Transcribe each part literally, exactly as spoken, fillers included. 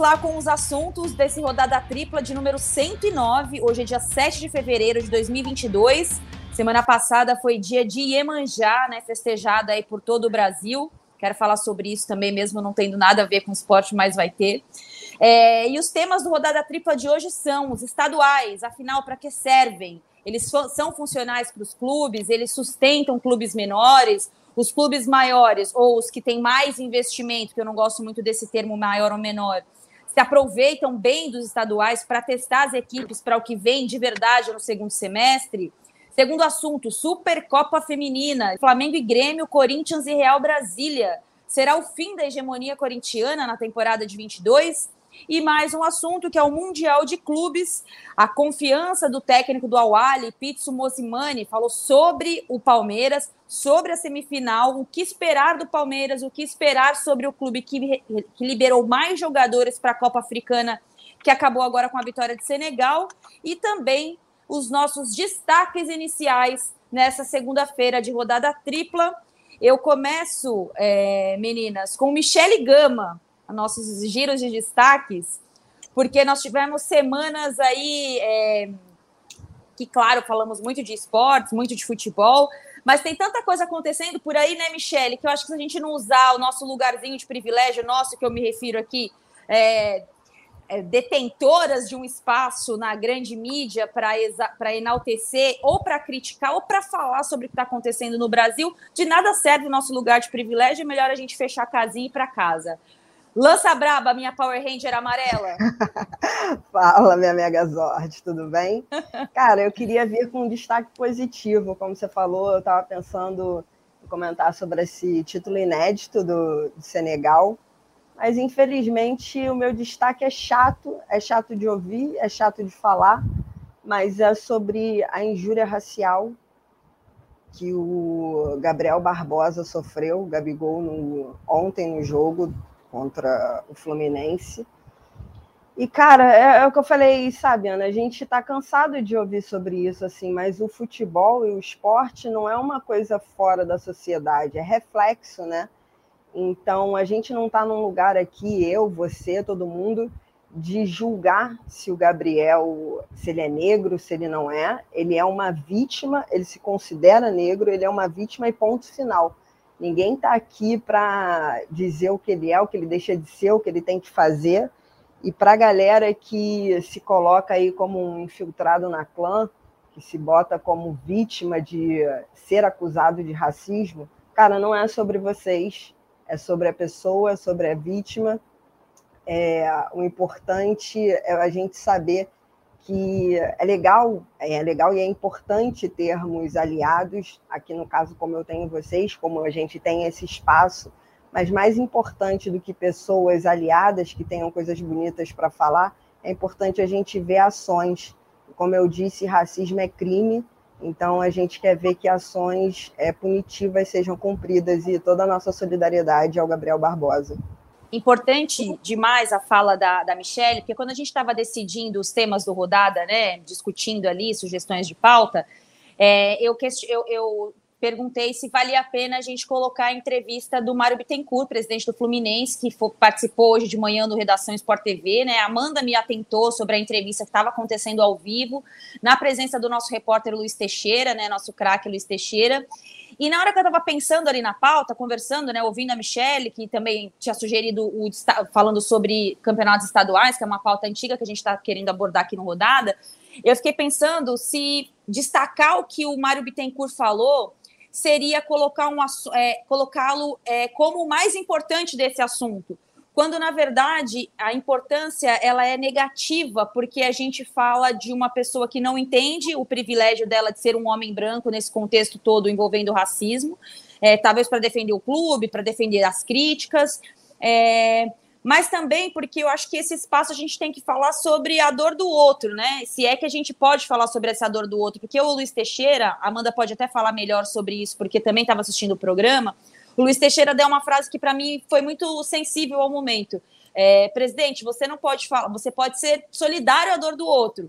lá com os assuntos desse rodada tripla de número cento e nove. Hoje é dia sete de fevereiro de dois mil e vinte e dois. Semana passada foi dia de Iemanjá, né, festejada aí por todo o Brasil. Quero falar sobre isso também, mesmo não tendo nada a ver com esporte, mas vai ter. É, e os temas do rodada tripla de hoje são os estaduais, afinal, para que servem? Eles são funcionais para os clubes? Eles sustentam clubes menores? Os clubes maiores, ou os que têm mais investimento, que eu não gosto muito desse termo maior ou menor, se aproveitam bem dos estaduais para testar as equipes para o que vem de verdade no segundo semestre? Segundo assunto, Supercopa Feminina, Flamengo e Grêmio, Corinthians e Real Brasília. Será o fim da hegemonia corintiana na temporada de vinte e dois? E mais um assunto que é o Mundial de Clubes. A confiança do técnico do Al-Ahly, Pitso Mosimane, falou sobre o Palmeiras, sobre a semifinal, o que esperar do Palmeiras, o que esperar sobre o clube que, que liberou mais jogadores para a Copa Africana, que acabou agora com a vitória de Senegal, e também os nossos destaques iniciais nessa segunda-feira de rodada tripla. Eu começo, é, meninas, com Michele Gama, nossos giros de destaques, porque nós tivemos semanas aí é, que, claro, falamos muito de esportes, muito de futebol, mas tem tanta coisa acontecendo por aí, né, Michele, que eu acho que se a gente não usar o nosso lugarzinho de privilégio, nosso, que eu me refiro aqui, é, é, detentoras de um espaço na grande mídia para enaltecer, ou para criticar, ou para falar sobre o que está acontecendo no Brasil, de nada serve o nosso lugar de privilégio, é melhor a gente fechar a casinha e ir para casa. Lança braba, minha Power Ranger amarela. Fala, minha Megazord, tudo bem? Cara, eu queria vir com um destaque positivo. Como você falou, eu estava pensando em comentar sobre esse título inédito do, do Senegal, mas infelizmente o meu destaque é chato, é chato de ouvir, é chato de falar, mas é sobre a injúria racial que o Gabriel Barbosa sofreu, o Gabigol, no, ontem no jogo contra o Fluminense. E, cara, é, é o que eu falei, sabe, Ana, a gente está cansado de ouvir sobre isso, assim, mas o futebol e o esporte não é uma coisa fora da sociedade, é reflexo, né? Então, a gente não está num lugar aqui, eu, você, todo mundo, de julgar se o Gabriel, se ele é negro, se ele não é. Ele é uma vítima, ele se considera negro, ele é uma vítima e ponto final. Ninguém está aqui para dizer o que ele é, o que ele deixa de ser, o que ele tem que fazer. E para a galera que se coloca aí como um infiltrado na clã, que se bota como vítima de ser acusado de racismo, cara, não é sobre vocês, é sobre a pessoa, é sobre a vítima. É, o importante é a gente saber que é legal, é legal e é importante termos aliados, aqui no caso como eu tenho vocês, como a gente tem esse espaço, mas mais importante do que pessoas aliadas que tenham coisas bonitas para falar, é importante a gente ver ações. Como eu disse, racismo é crime, então a gente quer ver que ações é, punitivas sejam cumpridas, e toda a nossa solidariedade ao Gabriel Barbosa. Importante demais a fala da, da Michele, porque quando a gente estava decidindo os temas do Rodada, né, discutindo ali sugestões de pauta, é, eu, eu, eu perguntei se valia a pena a gente colocar a entrevista do Mário Bittencourt, presidente do Fluminense, que for, participou hoje de manhã no Redação Sport T V, né? A Amanda me atentou sobre a entrevista que estava acontecendo ao vivo, na presença do nosso repórter Luiz Teixeira, né, nosso craque Luiz Teixeira. E na hora que eu estava pensando ali na pauta, conversando, né, ouvindo a Michele, que também tinha sugerido, o, falando sobre campeonatos estaduais, que é uma pauta antiga que a gente está querendo abordar aqui no Rodada, eu fiquei pensando se destacar o que o Mário Bittencourt falou seria colocar um, é, colocá-lo é, como o mais importante desse assunto, quando, na verdade, a importância ela é negativa, porque a gente fala de uma pessoa que não entende o privilégio dela de ser um homem branco nesse contexto todo envolvendo racismo, é, talvez para defender o clube, para defender as críticas, é, mas também porque eu acho que esse espaço a gente tem que falar sobre a dor do outro, né? Se é que a gente pode falar sobre essa dor do outro, porque o Luiz Teixeira, a Amanda pode até falar melhor sobre isso, porque também estava assistindo o programa. O Luiz Teixeira deu uma frase que, para mim, foi muito sensível ao momento. É, presidente, você não pode falar, você pode ser solidário à dor do outro,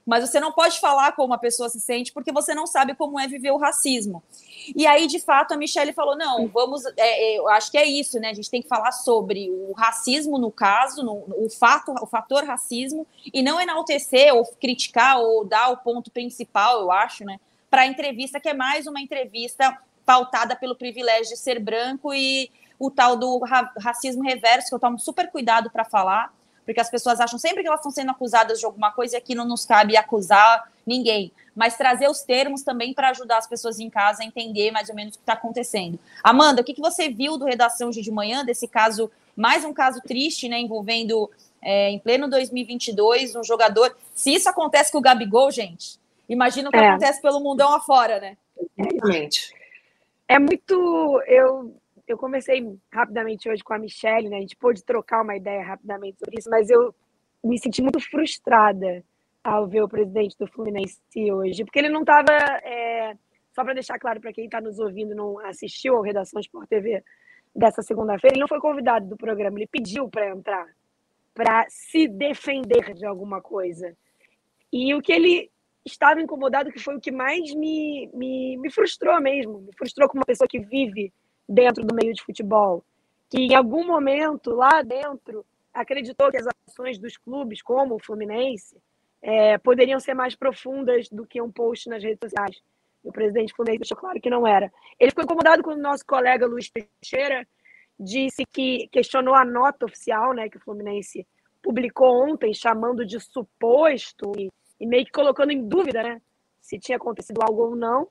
mas você não pode falar como a pessoa se sente porque você não sabe como é viver o racismo. E aí, de fato, a Michelle falou, não, vamos, é, eu acho que é isso, né, a gente tem que falar sobre o racismo no caso, no, o, fato, o fator racismo, e não enaltecer ou criticar ou dar o ponto principal, eu acho, né, para a entrevista, que é mais uma entrevista pautada pelo privilégio de ser branco e o tal do ra- racismo reverso, que eu tomo super cuidado para falar, porque as pessoas acham sempre que elas estão sendo acusadas de alguma coisa e aqui não nos cabe acusar ninguém, mas trazer os termos também para ajudar as pessoas em casa a entender mais ou menos o que está acontecendo. Amanda, o que, que você viu do Redação Hoje de Manhã, desse caso, mais um caso triste, né, envolvendo, é, em pleno dois mil e vinte e dois, um jogador... Se isso acontece com o Gabigol, gente, imagina o que é. acontece pelo mundão afora, né? Exatamente. É muito... Eu... Eu conversei rapidamente hoje com a Michelle, né? A gente pôde trocar uma ideia rapidamente sobre isso, mas eu me senti muito frustrada ao ver o presidente do Fluminense hoje, porque ele não estava... É... Só para deixar claro para quem está nos ouvindo, não assistiu ao Redação Sport T V dessa segunda-feira, ele não foi convidado do programa, ele pediu para entrar, para se defender de alguma coisa. E o que ele estava incomodado, que foi o que mais me, me, me frustrou mesmo, me frustrou como uma pessoa que vive dentro do meio de futebol, que em algum momento, lá dentro, acreditou que as ações dos clubes, como o Fluminense, é, poderiam ser mais profundas do que um post nas redes sociais. O presidente do Fluminense deixou claro que não era. Ele ficou incomodado quando o nosso colega Luiz Teixeira disse que questionou a nota oficial, né, que o Fluminense publicou ontem, chamando de suposto e, e meio que colocando em dúvida, né, se tinha acontecido algo ou não.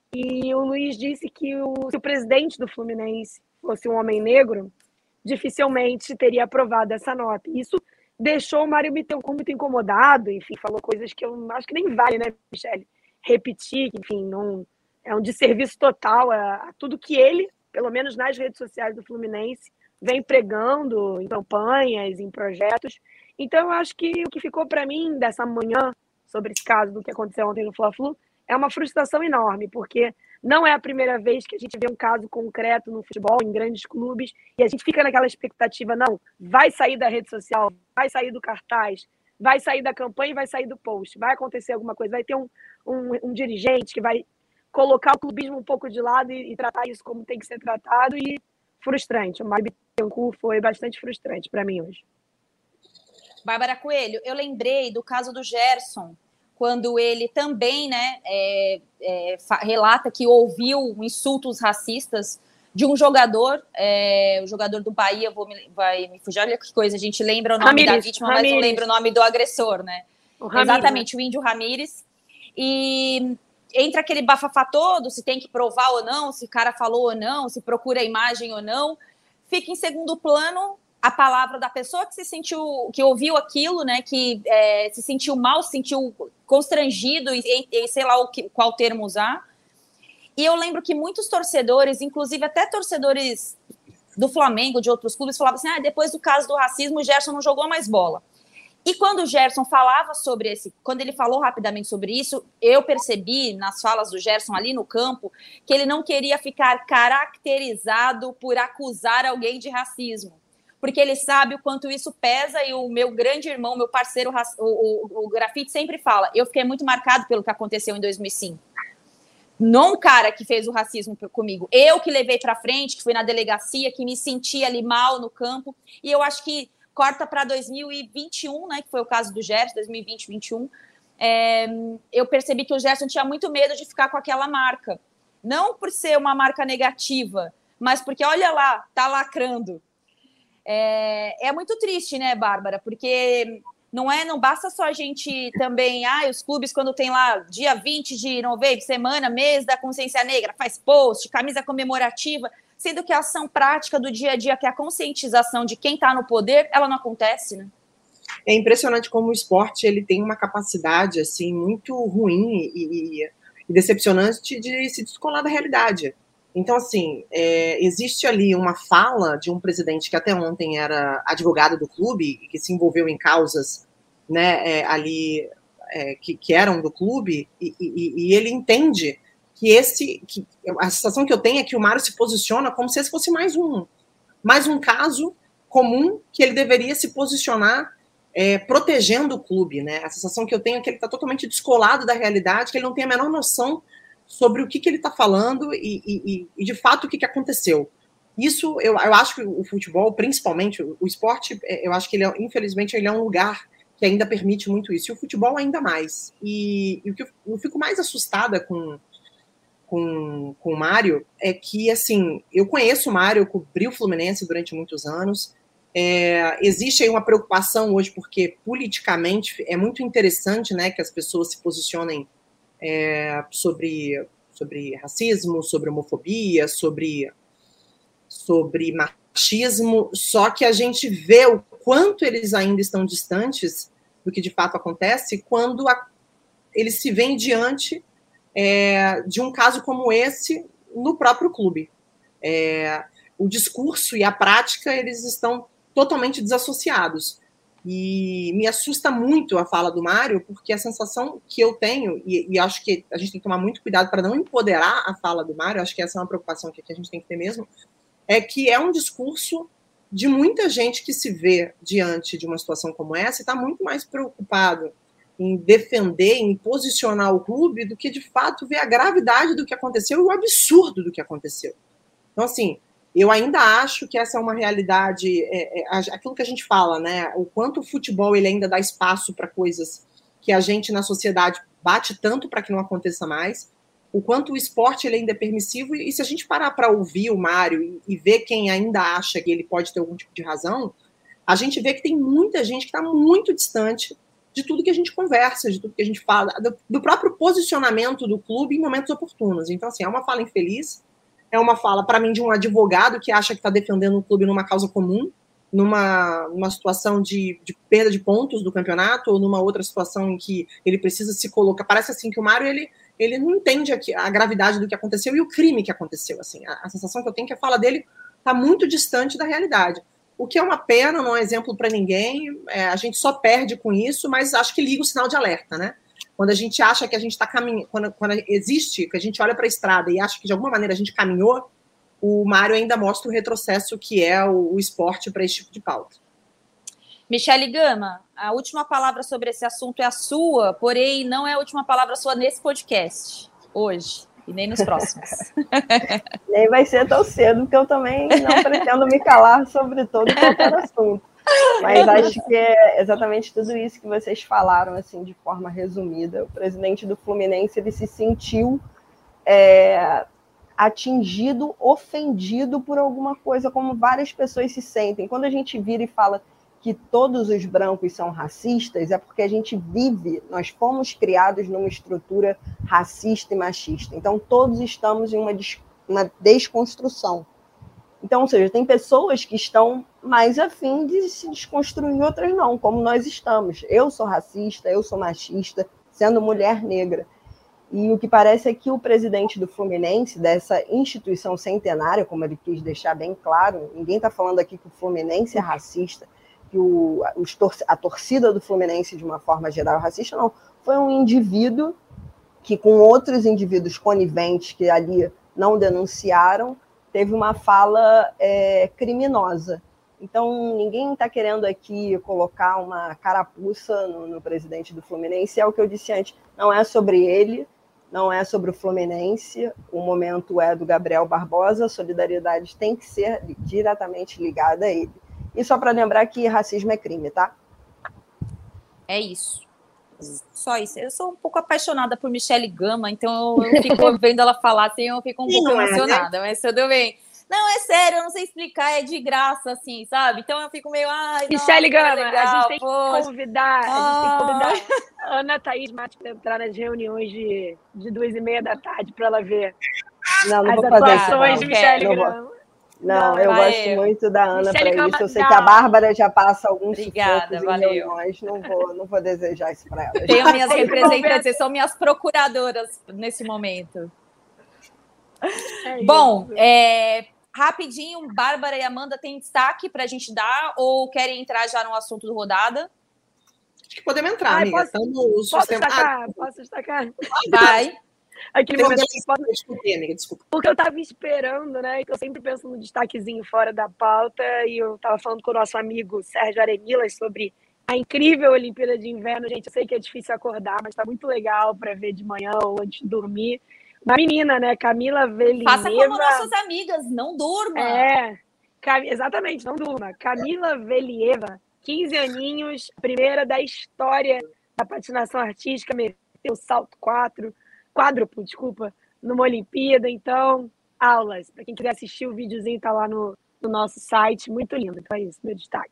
E o Luiz disse que o, se o presidente do Fluminense fosse um homem negro, dificilmente teria aprovado essa nota. Isso deixou o Mário Bittencourt muito incomodado, enfim, falou coisas que eu acho que nem vale, né, Michelle, repetir, que, enfim, não, é um desserviço total a, a tudo que ele, pelo menos nas redes sociais do Fluminense, vem pregando em campanhas, em projetos. Então, eu acho que o que ficou para mim dessa manhã, sobre esse caso do que aconteceu ontem no Fla-Flu, é uma frustração enorme, porque não é a primeira vez que a gente vê um caso concreto no futebol, em grandes clubes, e a gente fica naquela expectativa, não, vai sair da rede social, vai sair do cartaz, vai sair da campanha e vai sair do post, vai acontecer alguma coisa, vai ter um, um, um dirigente que vai colocar o clubismo um pouco de lado e, e tratar isso como tem que ser tratado, e frustrante. O Mário Bittencourt foi bastante frustrante para mim hoje. Bárbara Coelho, eu lembrei do caso do Gerson, quando ele também, né, é, é, relata que ouviu insultos racistas de um jogador, é, o jogador do Bahia, vou me, vai me fugir, olha que coisa, a gente lembra o nome Ramires, da vítima, Ramires. Mas não lembra o nome do agressor, né? O Ramires, Exatamente, né? O Índio Ramires. E entra aquele bafafá todo, se tem que provar ou não, se o cara falou ou não, se procura a imagem ou não. Fica em segundo plano a palavra da pessoa que se sentiu, que ouviu aquilo, né, que é, se sentiu mal, se sentiu constrangido, e, e sei lá o que, qual termo usar. E eu lembro que muitos torcedores, inclusive até torcedores do Flamengo, de outros clubes, falavam assim, ah, depois do caso do racismo, o Gerson não jogou mais bola. E quando o Gerson falava sobre esse, quando ele falou rapidamente sobre isso, eu percebi nas falas do Gerson ali no campo, que ele não queria ficar caracterizado por acusar alguém de racismo, porque ele sabe o quanto isso pesa, e o meu grande irmão, meu parceiro, o, o, o Grafite sempre fala, eu fiquei muito marcado pelo que aconteceu em dois mil e cinco. Não o cara que fez o racismo comigo, eu que levei para frente, que fui na delegacia, que me senti ali mal no campo, e eu acho que corta para dois mil e vinte e um, né, que foi o caso do Gerson, dois mil e vinte, vinte e um, é, eu percebi que o Gerson tinha muito medo de ficar com aquela marca, não por ser uma marca negativa, mas porque, olha lá, tá lacrando. É, é muito triste, né, Bárbara? Porque não é, não basta só a gente também, ah, os clubes quando tem lá dia vinte de novembro, semana, mês da consciência negra, faz post, camisa comemorativa, sendo que a ação prática do dia a dia, que é a conscientização de quem está no poder, ela não acontece, né? É impressionante como o esporte ele tem uma capacidade assim muito ruim e, e, e decepcionante de se descolar da realidade. Então, assim, é, existe ali uma fala de um presidente que até ontem era advogado do clube e que se envolveu em causas, né, é, ali é, que, que eram do clube, e, e, e ele entende que esse, que a sensação que eu tenho é que o Mário se posiciona como se esse fosse mais um, mais um caso comum que ele deveria se posicionar é, protegendo o clube, né? A sensação que eu tenho é que ele está totalmente descolado da realidade, que ele não tem a menor noção sobre o que, que ele está falando e, e, e, de fato, o que, que aconteceu. Isso, eu, eu acho que o futebol, principalmente, o, o esporte, eu acho que, ele é, infelizmente, ele é um lugar que ainda permite muito isso, e o futebol ainda mais. E, e o que eu, eu fico mais assustada com, com, com o Mário é que, assim, eu conheço o Mário, eu cobri o Fluminense durante muitos anos. É, existe aí uma preocupação hoje, porque politicamente é muito interessante, né, que as pessoas se posicionem é, sobre, sobre racismo, sobre homofobia, sobre, sobre machismo, só que a gente vê o quanto eles ainda estão distantes do que de fato acontece quando a, eles se veem diante é, de um caso como esse no próprio clube. É, o discurso e a prática, eles estão totalmente desassociados. E me assusta muito a fala do Mário, porque a sensação que eu tenho, e, e acho que a gente tem que tomar muito cuidado para não empoderar a fala do Mário, acho que essa é uma preocupação que a gente tem que ter mesmo, é que é um discurso de muita gente que se vê diante de uma situação como essa e está muito mais preocupado em defender, em posicionar o clube, do que, de fato, ver a gravidade do que aconteceu e o absurdo do que aconteceu. Então, assim, eu ainda acho que essa é uma realidade, é, é, aquilo que a gente fala, né? O quanto o futebol ele ainda dá espaço para coisas que a gente, na sociedade, bate tanto para que não aconteça mais, o quanto o esporte ele ainda é permissivo, e se a gente parar para ouvir o Mário e, e ver quem ainda acha que ele pode ter algum tipo de razão, a gente vê que tem muita gente que está muito distante de tudo que a gente conversa, de tudo que a gente fala, do, do próprio posicionamento do clube em momentos oportunos. Então, assim, é uma fala infeliz, é uma fala, para mim, de um advogado que acha que está defendendo o clube numa causa comum, numa, numa situação de, de perda de pontos do campeonato, ou numa outra situação em que ele precisa se colocar. Parece assim que o Mário, ele, ele não entende a, a gravidade do que aconteceu e o crime que aconteceu. Assim, a, a sensação que eu tenho é que a fala dele está muito distante da realidade. O que é uma pena, não é exemplo para ninguém, é, a gente só perde com isso, mas acho que liga o sinal de alerta, né? Quando a gente acha que a gente está caminhando, quando, quando existe, que a gente olha para a estrada e acha que de alguma maneira a gente caminhou, o Mário ainda mostra o retrocesso que é o, o esporte para esse tipo de pauta. Michele Gama, a última palavra sobre esse assunto é a sua, porém não é a última palavra sua nesse podcast, hoje, e nem nos próximos. Nem vai ser tão cedo, porque eu também não pretendo me calar sobre todo e qualquer assunto. Mas acho que é exatamente tudo isso que vocês falaram, assim, de forma resumida. O presidente do Fluminense, ele se sentiu é, atingido, ofendido por alguma coisa, como várias pessoas se sentem. Quando a gente vira e fala que todos os brancos são racistas, é porque a gente vive, nós fomos criados numa estrutura racista e machista. Então, todos estamos em uma, des- uma desconstrução. Então, ou seja, tem pessoas que estão mais afim de se desconstruir, outras não, como nós estamos. Eu sou racista, eu sou machista, sendo mulher negra. E o que parece é que o presidente do Fluminense, dessa instituição centenária, como ele quis deixar bem claro, ninguém está falando aqui que o Fluminense é racista, que o, os tor- a torcida do Fluminense, de uma forma geral, é racista, não. Foi um indivíduo que, com outros indivíduos coniventes que ali não denunciaram, teve uma fala é, criminosa. Então, ninguém está querendo aqui colocar uma carapuça no, no presidente do Fluminense, é o que eu disse antes, não é sobre ele, não é sobre o Fluminense, o momento é do Gabriel Barbosa, a solidariedade tem que ser diretamente ligada a ele. E só para lembrar que racismo é crime, tá? É isso. Só isso. Eu sou um pouco apaixonada por Michele Gama, então eu fico vendo ela falar assim, eu fico um pouco não emocionada, é, né? Mas tudo bem. Não, é sério, eu não sei explicar, é de graça, assim, sabe? Então eu fico meio, ai, Michele nossa, Gama, legal, a gente tem poxa. que convidar, a gente tem que Ah. convidar a Ana Thaís Matos para entrar nas reuniões de, de duas e meia da tarde para ela ver Não, não as vou fazer isso, atuações não. de Michele Não vou. Gama. Não, Não, eu vai gosto eu. muito da Ana Michele para Gama, isso. Eu sei não. que a Bárbara já passa alguns Obrigada, sufocos em valeu. reuniões. Não vou, não vou desejar isso para ela. Tenho minhas Tem que representantes, conver- são minhas procuradoras nesse momento. É Bom, isso. é, rapidinho, Bárbara e Amanda têm destaque para a gente dar ou querem entrar já no assunto do Rodada? Acho que podemos entrar, Ai, amiga. posso- Estamos Posso sustentando. destacar? Posso destacar? Vai. Aquele Tem um momento. delícia, desculpa, amiga, desculpa. Porque eu tava esperando, né? Que eu sempre penso no destaquezinho fora da pauta, e eu tava falando com o nosso amigo Sérgio Aremilas sobre a incrível Olimpíada de Inverno, gente. Eu sei que é difícil acordar, mas está muito legal para ver de manhã ou antes de dormir. Uma menina, né? Camila Velieva. Faça como nossas amigas, não durma. É, exatamente, não durma. Camila Velieva, quinze aninhos, primeira da história da patinação artística, meteu o salto quatro, quádruplo, desculpa, numa Olimpíada. Então, aulas. Para quem quiser assistir, o videozinho tá lá no, no nosso site. Muito lindo. Então é isso, meu destaque.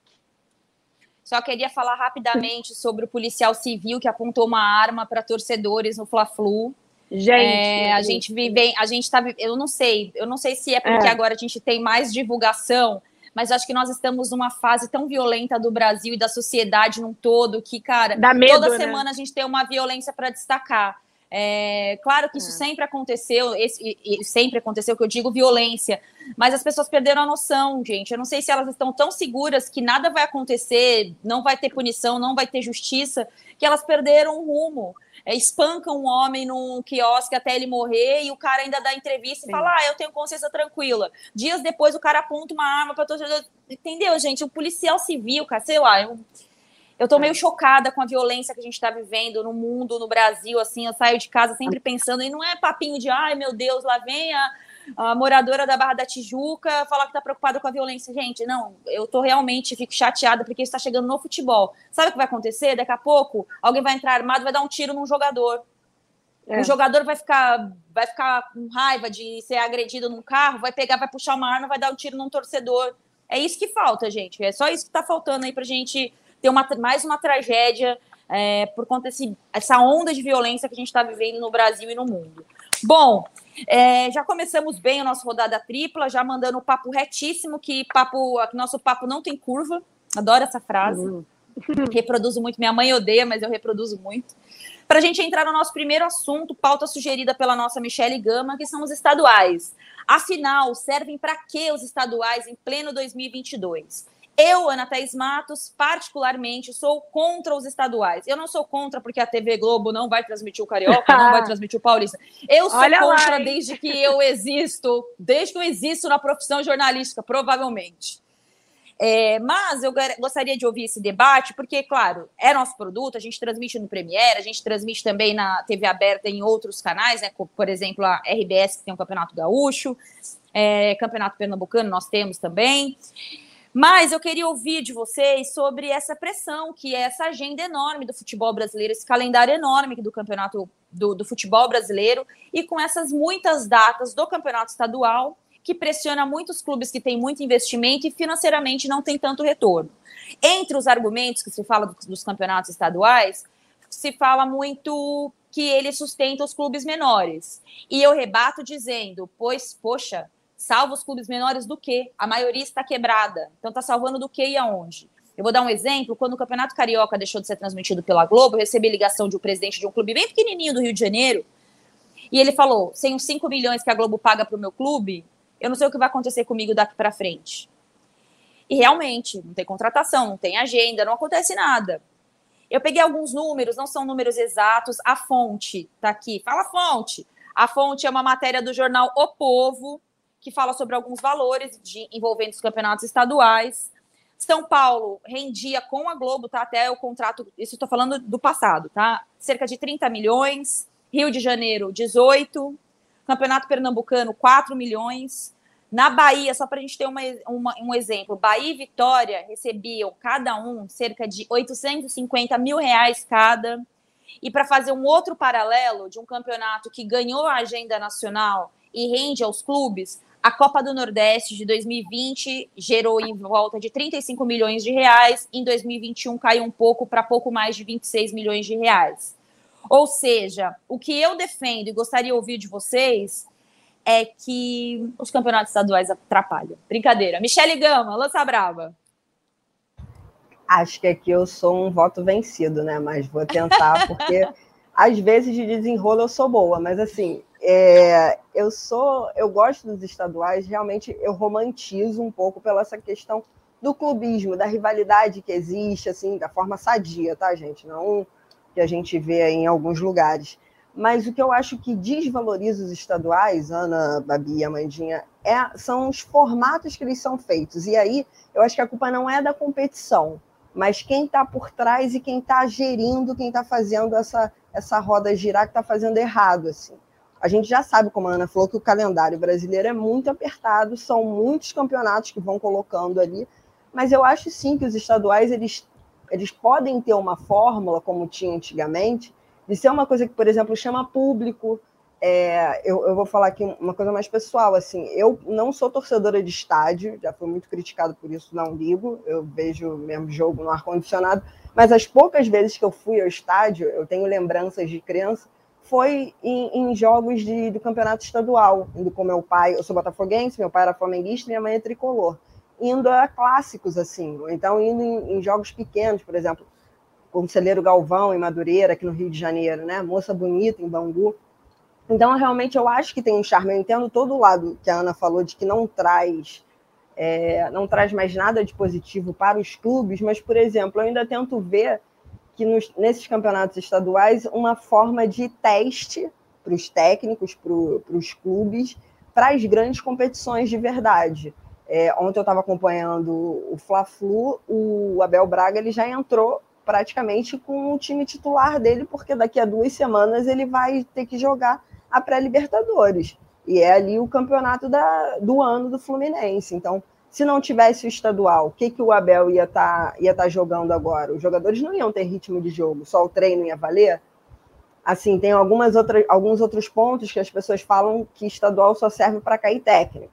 Só queria falar rapidamente sobre o policial civil que apontou uma arma para torcedores no Fla-Flu. Gente, é, a gente vive, a gente tá, eu não sei, eu não sei se é porque é. agora a gente tem mais divulgação, mas acho que nós estamos numa fase tão violenta do Brasil e da sociedade num todo que, cara, Dá medo, toda né? semana a gente tem uma violência para destacar. É, claro que isso é. sempre aconteceu, esse, sempre aconteceu, que eu digo violência, mas as pessoas perderam a noção, gente. Eu não sei se elas estão tão seguras que nada vai acontecer, não vai ter punição, não vai ter justiça, que elas perderam o rumo. É, espancam um homem num quiosque até ele morrer e o cara ainda dá entrevista e Sim. fala, ah, eu tenho consciência tranquila. Dias depois o cara aponta uma arma para torcedor. Entendeu, gente? O policial civil, cara, sei lá, eu... Eu tô meio chocada com a violência que a gente tá vivendo no mundo, no Brasil, assim, eu saio de casa sempre pensando, e não é papinho de, ai, meu Deus, lá vem a, a moradora da Barra da Tijuca falar que tá preocupada com a violência. Gente, não, eu tô realmente, fico chateada, porque isso tá chegando no futebol. Sabe o que vai acontecer? Daqui a pouco, alguém vai entrar armado e vai dar um tiro num jogador. É. O jogador vai ficar, vai ficar com raiva de ser agredido num carro, vai pegar, vai puxar uma arma, vai dar um tiro num torcedor. É isso que falta, gente, é só isso que tá faltando aí pra gente... ter uma, mais uma tragédia é, por conta desse, essa onda de violência que a gente está vivendo no Brasil e no mundo. Bom, é, já começamos bem a nossa rodada tripla, já mandando o papo retíssimo, que papo, nosso papo não tem curva. Adoro essa frase. Uhum. Reproduzo muito. Minha mãe odeia, mas eu reproduzo muito. Para a gente entrar no nosso primeiro assunto, pauta sugerida pela nossa Michele Gama, que são os estaduais. Afinal, servem para que os estaduais em pleno dois mil e vinte e dois? Eu, Ana Thaís Matos, particularmente, sou contra os estaduais. Eu não sou contra porque a T V Globo não vai transmitir o Carioca, não vai transmitir o Paulista. Eu sou Olha contra lá, desde que eu existo, desde que eu existo na profissão jornalística, provavelmente. É, mas eu gostaria de ouvir esse debate, porque, claro, é nosso produto, a gente transmite no Premiere, a gente transmite também na T V aberta em outros canais, né, como, por exemplo, a R B S, que tem o Campeonato Gaúcho, é, Campeonato Pernambucano nós temos também. Mas eu queria ouvir de vocês sobre essa pressão, que é essa agenda enorme do futebol brasileiro, esse calendário enorme do campeonato do, do futebol brasileiro, e com essas muitas datas do campeonato estadual, que pressiona muitos clubes que têm muito investimento e financeiramente não tem tanto retorno. Entre os argumentos que se fala dos campeonatos estaduais, se fala muito que ele sustenta os clubes menores. E eu rebato dizendo, pois, poxa, salva os clubes menores do quê? A maioria está quebrada. Então está salvando do quê e aonde? Eu vou dar um exemplo. Quando o Campeonato Carioca deixou de ser transmitido pela Globo, eu recebi ligação de um presidente de um clube bem pequenininho do Rio de Janeiro, e ele falou, sem os cinco milhões que a Globo paga para o meu clube, eu não sei o que vai acontecer comigo daqui para frente. E realmente, não tem contratação, não tem agenda, não acontece nada. Eu peguei alguns números, não são números exatos, a fonte está aqui. Fala a fonte. A fonte é uma matéria do jornal O Povo, que fala sobre alguns valores de, envolvendo os campeonatos estaduais. São Paulo rendia com a Globo, tá? Até o contrato, isso eu estou falando do passado, tá? Cerca de trinta milhões. Rio de Janeiro, dezoito. Campeonato Pernambucano, quatro milhões. Na Bahia, só para a gente ter uma, uma, um exemplo, Bahia e Vitória recebiam cada um cerca de oitocentos e cinquenta mil reais cada. E para fazer um outro paralelo de um campeonato que ganhou a agenda nacional e rende aos clubes, a Copa do Nordeste de dois mil e vinte gerou em volta de trinta e cinco milhões de reais, em dois mil e vinte e um caiu um pouco para pouco mais de vinte e seis milhões de reais. Ou seja, o que eu defendo e gostaria de ouvir de vocês é que os campeonatos estaduais atrapalham. Brincadeira. Michele Gama, lança brava. Acho que aqui eu sou um voto vencido, né? Mas vou tentar, porque às vezes de desenrolo eu sou boa, mas assim... É, eu sou, eu gosto dos estaduais, realmente eu romantizo um pouco pela essa questão do clubismo, da rivalidade que existe, assim, da forma sadia, tá, gente? Não que a gente vê em alguns lugares. Mas o que eu acho que desvaloriza os estaduais, Ana, Babi e Amandinha, é, são os formatos que eles são feitos. E aí, eu acho que a culpa não é da competição. mas quem está por trás e quem está gerindo, quem está fazendo essa, essa roda girar, que está fazendo errado, assim. A gente já sabe, como a Ana falou, que o calendário brasileiro é muito apertado, são muitos campeonatos que vão colocando ali, mas eu acho sim que os estaduais, eles, eles podem ter uma fórmula, como tinha antigamente, de ser uma coisa que, por exemplo, chama público. É, eu, eu vou falar aqui uma coisa mais pessoal, assim, eu não sou torcedora de estádio, já fui muito criticado por isso, não ligo, eu vejo mesmo jogo no ar-condicionado, mas as poucas vezes que eu fui ao estádio, eu tenho lembranças de criança, foi em, em jogos de, do campeonato estadual, indo com meu pai, eu sou botafoguense, meu pai era flamenguista, minha mãe é tricolor, indo a clássicos, assim, então indo em, em jogos pequenos, por exemplo, Conselheiro Galvão, em Madureira, aqui no Rio de Janeiro, né? Moça Bonita, em Bangu. Então, realmente, eu acho que tem um charme. Eu entendo todo o lado que a Ana falou, de que não traz, é, não traz mais nada de positivo para os clubes, mas, por exemplo, eu ainda tento ver que nos, nesses campeonatos estaduais, uma forma de teste para os técnicos, para os clubes, para as grandes competições de verdade. É, ontem eu estava acompanhando o Fla-Flu, o Abel Braga ele já entrou praticamente com o time titular dele, porque daqui a duas semanas ele vai ter que jogar a pré-Libertadores. E é ali o campeonato da, do ano do Fluminense. Então, se não tivesse o estadual, o que, que o Abel ia estar tá, ia tá jogando agora? Os jogadores não iam ter ritmo de jogo, só o treino ia valer? Assim, tem algumas outras, alguns outros pontos que as pessoas falam que estadual só serve para cair técnico.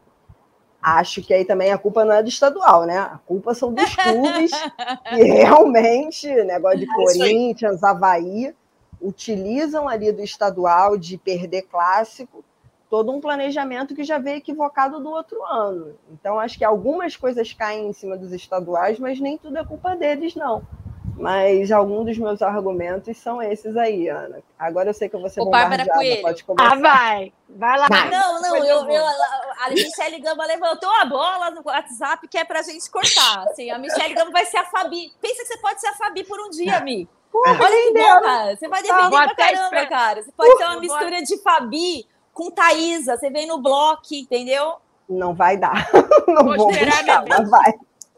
Acho que aí também a culpa não é do estadual, né? A culpa são dos clubes que realmente, negócio de Corinthians, Avaí, utilizam ali do estadual de perder clássico, todo um planejamento que já veio equivocado do outro ano. Então, acho que algumas coisas caem em cima dos estaduais, mas nem tudo é culpa deles, não. Mas alguns dos meus argumentos são esses aí, Ana. Agora eu sei que eu vou ser bombardeada, pode começar. Ah, vai! Vai lá! Vai. Não, não, eu, eu, a Michelle Gamba levantou a bola no WhatsApp que é pra gente cortar. Assim, a Michelle Gamba vai ser a Fabi. Pensa que você pode ser a Fabi por um dia, Mi. Olha que bom, cara. Você vai defender pra caramba, cara. Você pode ser uma mistura de Fabi com Thaísa. Você vem no bloco, entendeu? Não vai dar. Não vou, vou buscar, mas vai.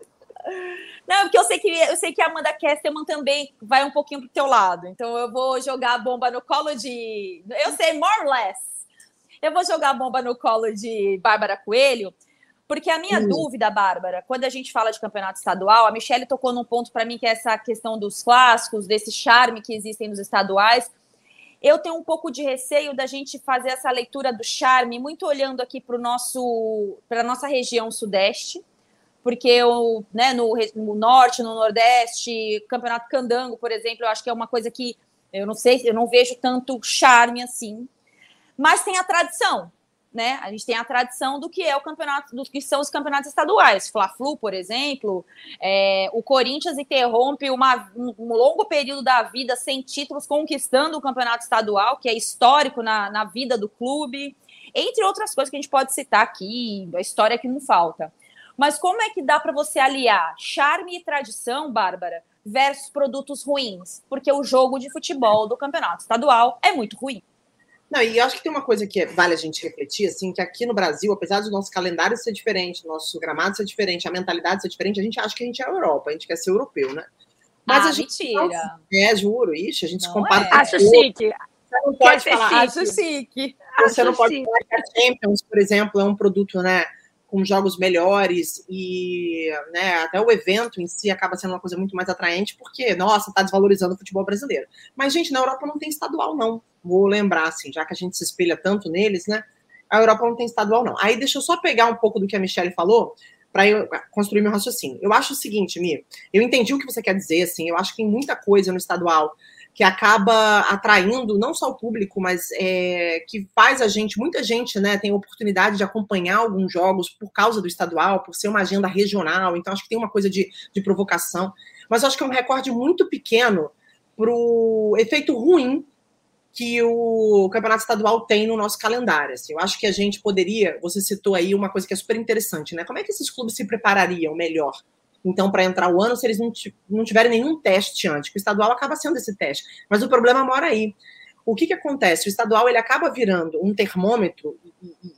Não, porque eu sei que eu sei que a Amanda Kesterman também vai um pouquinho pro teu lado. Então eu vou jogar a bomba no colo de... Eu sei, more or less. Eu vou jogar a bomba no colo de Bárbara Coelho, porque a minha hum. dúvida, Bárbara, quando a gente fala de campeonato estadual, a Michelle tocou num ponto para mim que é essa questão dos clássicos, desse charme que existem nos estaduais. Eu tenho um pouco de receio da gente fazer essa leitura do charme, muito olhando aqui para nosso, para a nossa região sudeste, porque eu, né, no, no norte, no nordeste, campeonato candango, por exemplo, eu acho que é uma coisa que eu não sei, eu não vejo tanto charme assim, mas tem a tradição, né? A gente tem a tradição do que é o campeonato, do que são os campeonatos estaduais. Fla-Flu, por exemplo, é, o Corinthians interrompe uma, um, um longo período da vida sem títulos, conquistando o campeonato estadual, que é histórico na, na vida do clube, entre outras coisas que a gente pode citar aqui, a história que não falta. Mas como é que dá para você aliar charme e tradição, Bárbara, versus produtos ruins? Porque o jogo de futebol do campeonato estadual é muito ruim. Não, e eu acho que tem uma coisa que vale a gente refletir, assim, que aqui no Brasil, apesar do nosso calendário ser diferente, nosso gramado ser diferente, a mentalidade ser diferente, a gente acha que a gente é a Europa, a gente quer ser europeu, né? Mas ah, a gente mentira. Não, é, juro, ixi, a gente não se compara... É. Com acho chique. Você não pode falar... Acho chique. Você acho não pode chique. falar que a Champions, por exemplo, é um produto, né, com jogos melhores e, né, até o evento em si acaba sendo uma coisa muito mais atraente porque, nossa, tá desvalorizando o futebol brasileiro. Mas, gente, na Europa não tem estadual, não. Vou lembrar, assim, já que a gente se espelha tanto neles, né, a Europa não tem estadual, não. Aí deixa eu só pegar um pouco do que a Michelle falou para eu construir meu raciocínio. Eu acho o seguinte, Mi, eu entendi o que você quer dizer, assim, eu acho que tem muita coisa no estadual que acaba atraindo não só o público, mas é, que faz a gente, muita gente, né, tem a oportunidade de acompanhar alguns jogos por causa do estadual, por ser uma agenda regional, então acho que tem uma coisa de, de provocação, mas acho que é um recorde muito pequeno para o efeito ruim que o campeonato estadual tem no nosso calendário. Assim, eu acho que a gente poderia, você citou aí uma coisa que é super interessante, né? Como é que esses clubes se preparariam melhor? Então, para entrar o ano, se eles não tiverem nenhum teste antes, que o estadual acaba sendo esse teste. Mas o problema mora aí. O que, que acontece? O estadual ele acaba virando um termômetro, e,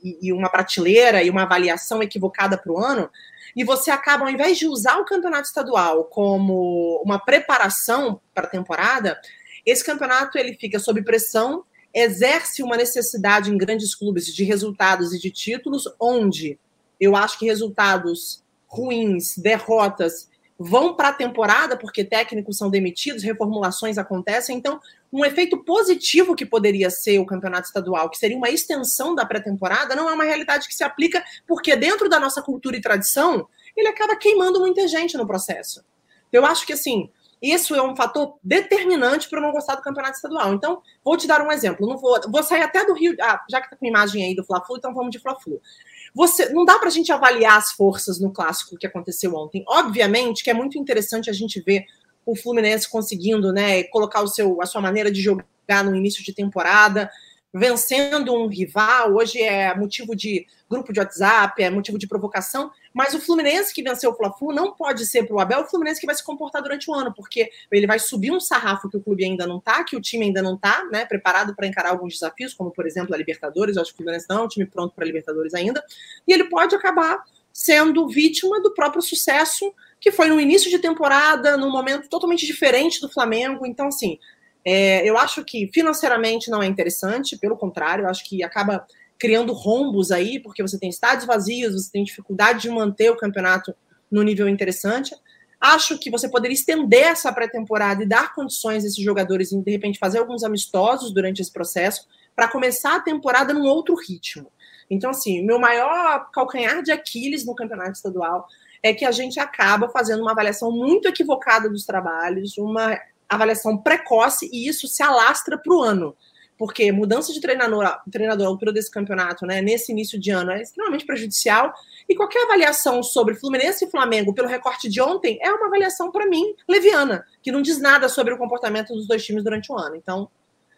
e, e uma prateleira e uma avaliação equivocada para o ano, e você acaba, ao invés de usar o campeonato estadual como uma preparação para a temporada, esse campeonato ele fica sob pressão, exerce uma necessidade em grandes clubes de resultados e de títulos, onde eu acho que resultados ruins, derrotas, vão para a temporada, porque técnicos são demitidos, reformulações acontecem. Então, um efeito positivo que poderia ser o campeonato estadual, que seria uma extensão da pré-temporada, não é uma realidade que se aplica, porque dentro da nossa cultura e tradição, ele acaba queimando muita gente no processo. Eu acho que, assim, isso é um fator determinante para eu não gostar do campeonato estadual. Então, vou te dar um exemplo. Não vou, vou sair até do Rio... Ah, já que está com imagem aí do Fla-Flu, então vamos de Fla-Flu. Você, não dá para a gente avaliar as forças no clássico que aconteceu ontem. Obviamente que é muito interessante a gente ver o Fluminense conseguindo, né, colocar o seu, a sua maneira de jogar no início de temporada, vencendo um rival. Hoje é motivo de grupo de WhatsApp, é motivo de provocação, mas o Fluminense que venceu o Fla-Flu não pode ser para o Abel o Fluminense que vai se comportar durante o ano, porque ele vai subir um sarrafo que o clube ainda não está, que o time ainda não está, né, preparado para encarar alguns desafios, como, por exemplo, a Libertadores. Eu acho que o Fluminense não é um time pronto para a Libertadores ainda, e ele pode acabar sendo vítima do próprio sucesso que foi no início de temporada, num momento totalmente diferente do Flamengo. Então, assim, é, eu acho que financeiramente não é interessante, pelo contrário, eu acho que acaba criando rombos aí, porque você tem estádios vazios, você tem dificuldade de manter o campeonato no nível interessante. Acho que você poderia estender essa pré-temporada e dar condições a esses jogadores em, de repente, fazer alguns amistosos durante esse processo para começar a temporada num outro ritmo. Então, assim, meu maior calcanhar de Aquiles no campeonato estadual é que a gente acaba fazendo uma avaliação muito equivocada dos trabalhos, uma avaliação precoce, e isso se alastra para o ano. Porque mudança de treinador, treinador à altura desse campeonato, né, nesse início de ano, é extremamente prejudicial. E qualquer avaliação sobre Fluminense e Flamengo pelo recorte de ontem é uma avaliação, para mim, leviana, que não diz nada sobre o comportamento dos dois times durante o ano. Então,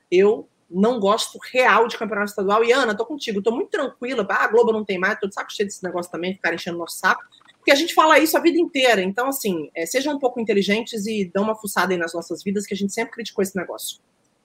eu não gosto real de campeonato estadual. E, Ana, tô contigo, tô muito tranquila. Ah, a Globo não tem mais, tô de saco cheio desse negócio também, ficar enchendo o nosso saco. Porque a gente fala isso a vida inteira. Então, assim, é, sejam um pouco inteligentes e dão uma fuçada aí nas nossas vidas, que a gente sempre criticou esse negócio.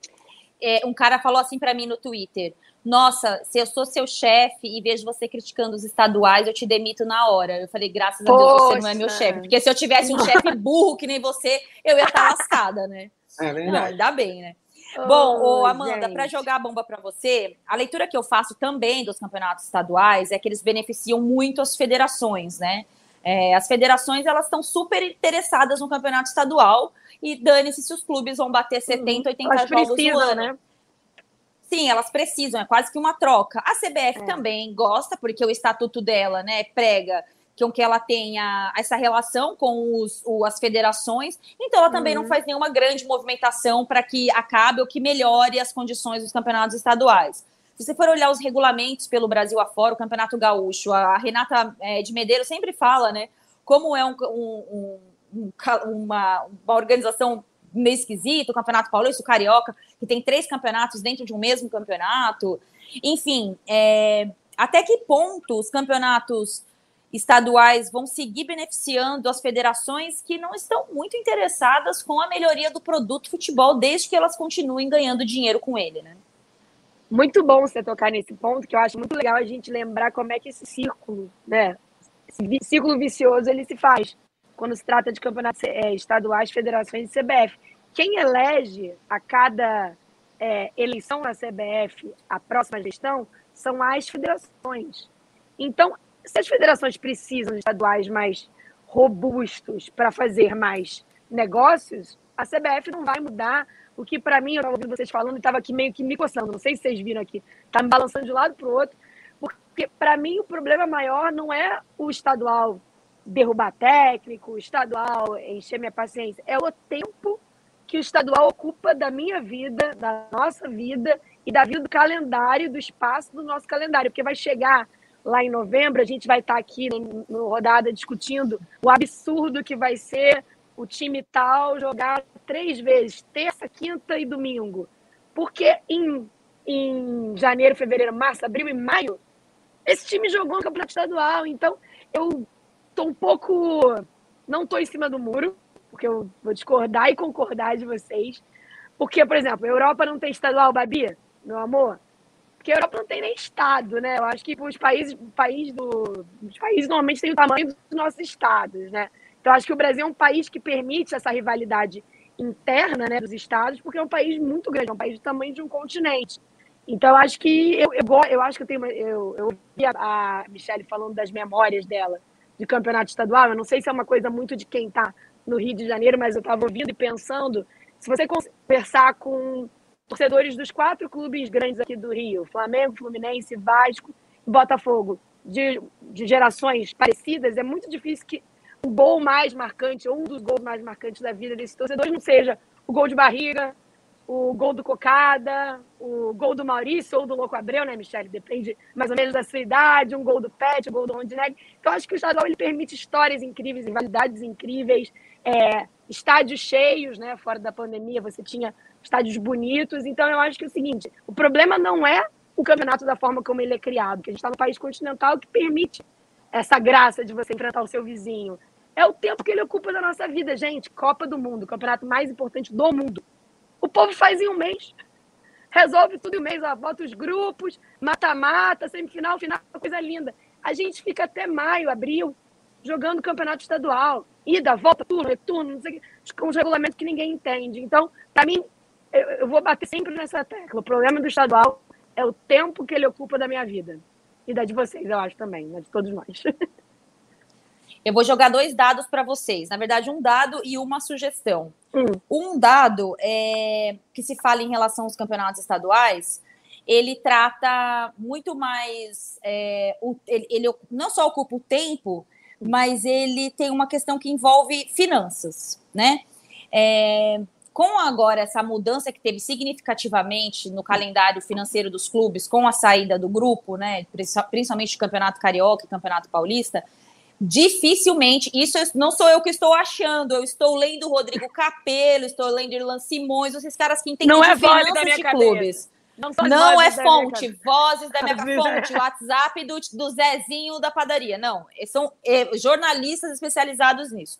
É, um cara falou assim para mim no Twitter: nossa, se eu sou seu chefe e vejo você criticando os estaduais, eu te demito na hora. Eu falei, graças a Deus, Poxa. você não é meu chefe. Porque se eu tivesse um chefe burro que nem você, eu ia estar lascada, né? É verdade. Não, ainda bem, né? Oh, Bom, ô, Amanda, gente. para jogar a bomba para você, a leitura que eu faço também dos campeonatos estaduais é que eles beneficiam muito as federações, né? É, as federações, elas estão super interessadas no campeonato estadual e dane-se se os clubes vão bater setenta, oitenta Elas jogos no precisam, ano. né? Sim, elas precisam, é quase que uma troca. A C B F É. também gosta, porque o estatuto dela, né, prega que, que ela tenha essa relação com os, o, as federações, então ela também Uhum. não faz nenhuma grande movimentação para que acabe ou que melhore as condições dos campeonatos estaduais. Se você for olhar os regulamentos pelo Brasil afora, o Campeonato Gaúcho, a Renata é, de Medeiros sempre fala, né, como é um, um, um, uma, uma organização meio esquisita, o Campeonato Paulista, o Carioca, que tem três campeonatos dentro de um mesmo campeonato. Enfim, é, até que ponto os campeonatos estaduais vão seguir beneficiando as federações que não estão muito interessadas com a melhoria do produto futebol, desde que elas continuem ganhando dinheiro com ele, né? Muito bom você tocar nesse ponto, que eu acho muito legal a gente lembrar como é que esse círculo, né, esse círculo vicioso, ele se faz quando se trata de campeonatos é, estaduais, federações e C B F. Quem elege a cada é, eleição na C B F a próxima gestão são as federações. Então, se as federações precisam de estaduais mais robustos para fazer mais negócios, a C B F não vai mudar. O que, para mim, eu estava ouvindo vocês falando e estava aqui meio que me coçando. Não sei se vocês viram aqui. Está me balançando de um lado para o outro. Porque, para mim, o problema maior não é o estadual derrubar técnico, o estadual encher minha paciência. É o tempo que o estadual ocupa da minha vida, da nossa vida e da vida do calendário, do espaço do nosso calendário. Porque vai chegar lá em novembro, a gente vai estar aqui no, no Rodada discutindo o absurdo que vai ser o time tal jogar três vezes, terça, quinta e domingo. Porque em, em janeiro, fevereiro, março, abril e maio, esse time jogou no campeonato estadual. Então, eu estou um pouco... Não estou em cima do muro, porque eu vou discordar e concordar de vocês. Porque, por exemplo, a Europa não tem estadual, Babi, meu amor? porque a Europa não tem nem estado, né? Eu acho que os países, país do, os países normalmente têm o tamanho dos nossos estados, né? Então, acho que o Brasil é um país que permite essa rivalidade interna, né, dos estados, porque é um país muito grande, é um país do tamanho de um continente. Então, eu acho que eu, eu, eu acho que eu tenho uma, eu, eu ouvi a, a Michelle falando das memórias dela de campeonato estadual. Eu não sei se é uma coisa muito de quem está no Rio de Janeiro, mas eu estava ouvindo e pensando, se você conversar com torcedores dos quatro clubes grandes aqui do Rio, Flamengo, Fluminense, Vasco e Botafogo, de, de gerações parecidas, é muito difícil que o gol mais marcante, ou um dos gols mais marcantes da vida desses torcedores não seja o gol de barriga, o gol do Cocada, o gol do Maurício ou do Louco Abreu, né, Michele? Depende mais ou menos da sua idade, um gol do Pet, um gol do Rondinelli. Então, acho que o estadual ele permite histórias incríveis, rivalidades incríveis, é, estádios cheios, né? Fora da pandemia, você tinha estádios bonitos. Então, eu acho que é o seguinte, o problema não é o campeonato da forma como ele é criado, que a gente está no país continental que permite essa graça de você enfrentar o seu vizinho. É o tempo que ele ocupa da nossa vida, gente. Copa do Mundo, o campeonato mais importante do mundo. O povo faz em um mês. Resolve tudo em um mês. Ó, bota os grupos, mata-mata, semifinal, final, coisa linda. A gente fica até maio, abril, jogando campeonato estadual. Ida, volta, turno, retorno, não sei o que, com os regulamentos que ninguém entende. Então, para mim, eu, eu vou bater sempre nessa tecla. O problema do estadual é o tempo que ele ocupa da minha vida. E da de vocês, eu acho também, né? De todos nós. Eu vou jogar dois dados para vocês. Na verdade, um dado e uma sugestão. Hum. Um dado é, que se fala em relação aos campeonatos estaduais, ele trata muito mais... É, o, ele, ele não só ocupa o tempo, mas ele tem uma questão que envolve finanças, né? É, com agora essa mudança que teve significativamente no calendário financeiro dos clubes, com a saída do grupo, né, principalmente do Campeonato Carioca e Campeonato Paulista, dificilmente, isso não sou eu que estou achando, eu estou lendo Rodrigo Capello, estou lendo Irlan Simões, esses caras que entendem não de é finanças de cabeça. clubes. Não, não é fonte, vozes da minha fonte, WhatsApp do, do Zezinho da padaria. Não, são é, jornalistas especializados nisso.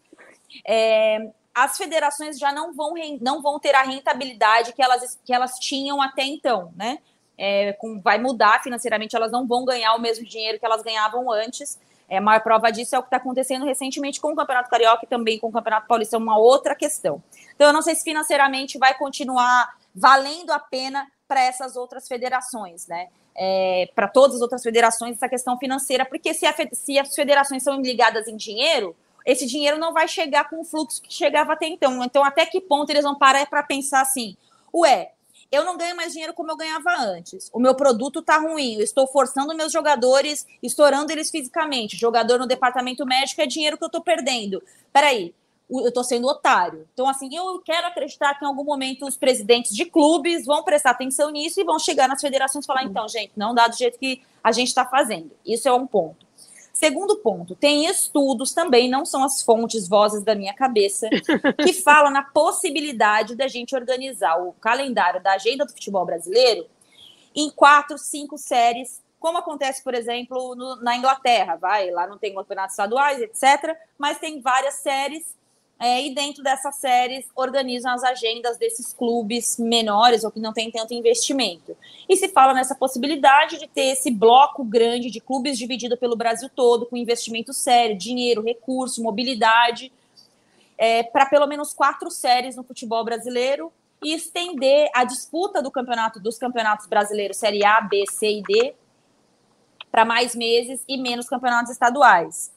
É, as federações já não vão, não vão ter a rentabilidade que elas, que elas tinham até então, né? É, com, vai mudar financeiramente, elas não vão ganhar o mesmo dinheiro que elas ganhavam antes. É, a maior prova disso é o que está acontecendo recentemente com o Campeonato Carioca e também com o Campeonato Paulista, é uma outra questão. Então, eu não sei se financeiramente vai continuar valendo a pena para essas outras federações, né? É, para todas as outras federações, essa questão financeira, porque se, a, se as federações são ligadas em dinheiro, esse dinheiro não vai chegar com o fluxo que chegava até então. Então, até que ponto eles vão parar para pensar assim, ué, eu não ganho mais dinheiro como eu ganhava antes. O meu produto está ruim. Eu estou forçando meus jogadores, estourando eles fisicamente. Jogador no departamento médico é dinheiro que eu estou perdendo. Peraí, eu estou sendo otário. Então, assim, eu quero acreditar que em algum momento os presidentes de clubes vão prestar atenção nisso e vão chegar nas federações e falar, então, gente, não dá do jeito que a gente está fazendo. Isso é um ponto. Segundo ponto, tem estudos também, não são as fontes, vozes da minha cabeça, que falam na possibilidade da gente organizar o calendário da agenda do futebol brasileiro em quatro, cinco séries, como acontece, por exemplo, no, na Inglaterra. Vai, lá não tem campeonatos estaduais, etcétera, mas tem várias séries, é, e dentro dessas séries organizam as agendas desses clubes menores ou que não tem tanto investimento. E se fala nessa possibilidade de ter esse bloco grande de clubes dividido pelo Brasil todo, com investimento sério, dinheiro, recurso, mobilidade, é, para pelo menos quatro séries no futebol brasileiro e estender a disputa do campeonato, dos campeonatos brasileiros Série A, B, C e D para mais meses e menos campeonatos estaduais.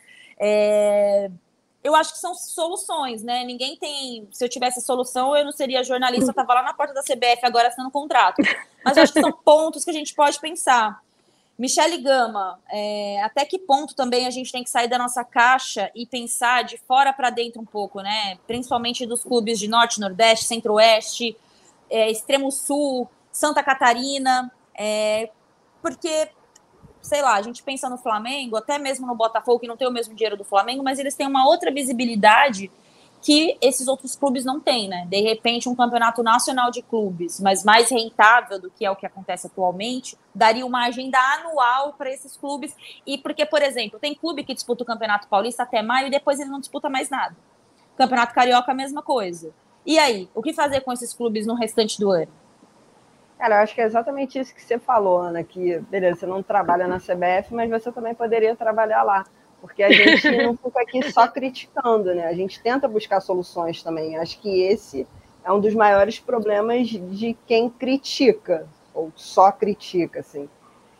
É... Eu acho que são soluções, né? Ninguém tem... Se eu tivesse solução, eu não seria jornalista, eu estava lá na porta da C B F agora assinando contrato. Mas eu acho que são pontos que a gente pode pensar. Michele Gama, é, até que ponto também a gente tem que sair da nossa caixa e pensar de fora para dentro um pouco, né? Principalmente dos clubes de Norte, Nordeste, Centro-Oeste, é, Extremo Sul, Santa Catarina, é, porque... sei lá, a gente pensa no Flamengo, até mesmo no Botafogo, que não tem o mesmo dinheiro do Flamengo, mas eles têm uma outra visibilidade que esses outros clubes não têm, né? De repente, um campeonato nacional de clubes, mas mais rentável do que é o que acontece atualmente, daria uma agenda anual para esses clubes. E porque, por exemplo, tem clube que disputa o Campeonato Paulista até maio e depois ele não disputa mais nada. Campeonato Carioca, a mesma coisa. E aí, o que fazer com esses clubes no restante do ano? Cara, eu acho que é exatamente isso que você falou, Ana, que, beleza, você não trabalha na C B F, mas você também poderia trabalhar lá, porque a gente não fica aqui só criticando, né? A gente tenta buscar soluções também. Acho que esse é um dos maiores problemas de quem critica, ou só critica, assim.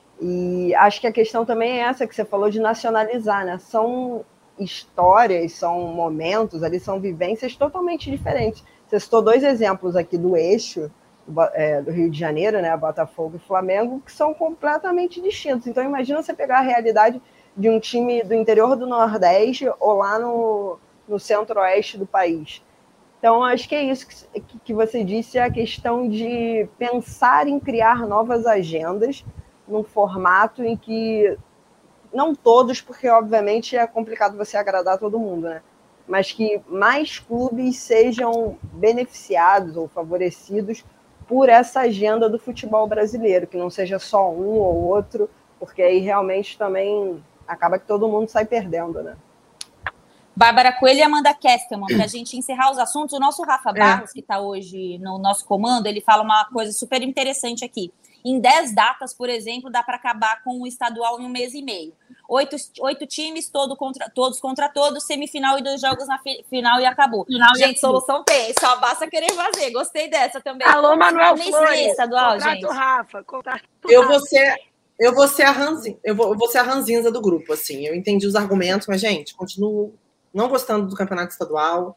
E acho que a questão também é essa que você falou de nacionalizar, né? São histórias, são momentos ali, são vivências totalmente diferentes. Você citou dois exemplos aqui do eixo, é, do Rio de Janeiro, né? Botafogo e Flamengo, que são completamente distintos. Então, imagina você pegar a realidade de um time do interior do Nordeste ou lá no, no centro-oeste do país. Então, acho que é isso que, que você disse, é a questão de pensar em criar novas agendas num formato em que, não todos, porque obviamente é complicado você agradar todo mundo, né? Mas que mais clubes sejam beneficiados ou favorecidos por essa agenda do futebol brasileiro, que não seja só um ou outro, porque aí realmente também acaba que todo mundo sai perdendo, né? Bárbara Coelho e Amanda Kesterman, para a gente encerrar os assuntos, o nosso Rafa Barros, é. que está hoje no nosso comando, ele fala uma coisa super interessante aqui. Em dez datas, por exemplo, dá para acabar com o estadual em um mês e meio. Oito, oito times, todo contra, todos contra todos, semifinal e dois jogos na fi, final e acabou. Final gente, e solução tem, só basta querer fazer. Gostei dessa também. Alô, Manuel Flores, estadual, contrato gente. Rafa, contrato eu vou ser, eu vou ser a ranzinza, eu vou, eu vou ser a ranzinza do grupo, assim. Eu entendi os argumentos, mas, gente, continuo não gostando do campeonato estadual.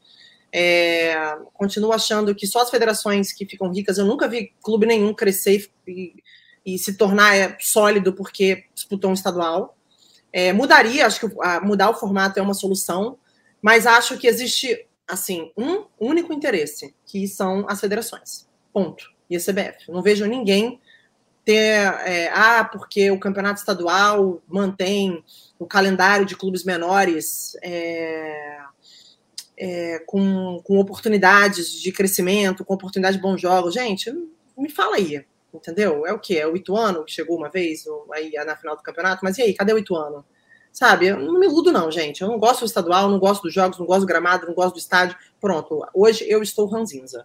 É, continuo achando que só as federações que ficam ricas, eu nunca vi clube nenhum crescer e, e se tornar sólido porque disputou um estadual. É, mudaria, acho que a, mudar o formato é uma solução, mas acho que existe assim um único interesse, que são as federações. Ponto. E a C B F. Eu não vejo ninguém ter é, ah, porque o campeonato estadual mantém o calendário de clubes menores é, É, com, com oportunidades de crescimento, com oportunidade de bons jogos. Gente, me fala aí, entendeu? É o quê? É o Ituano que chegou uma vez aí na final do campeonato, mas e aí, cadê o Ituano? Sabe, eu não me iludo não, gente. Eu não gosto do estadual, não gosto dos jogos, não gosto do gramado, não gosto do estádio. Pronto, hoje eu estou ranzinza.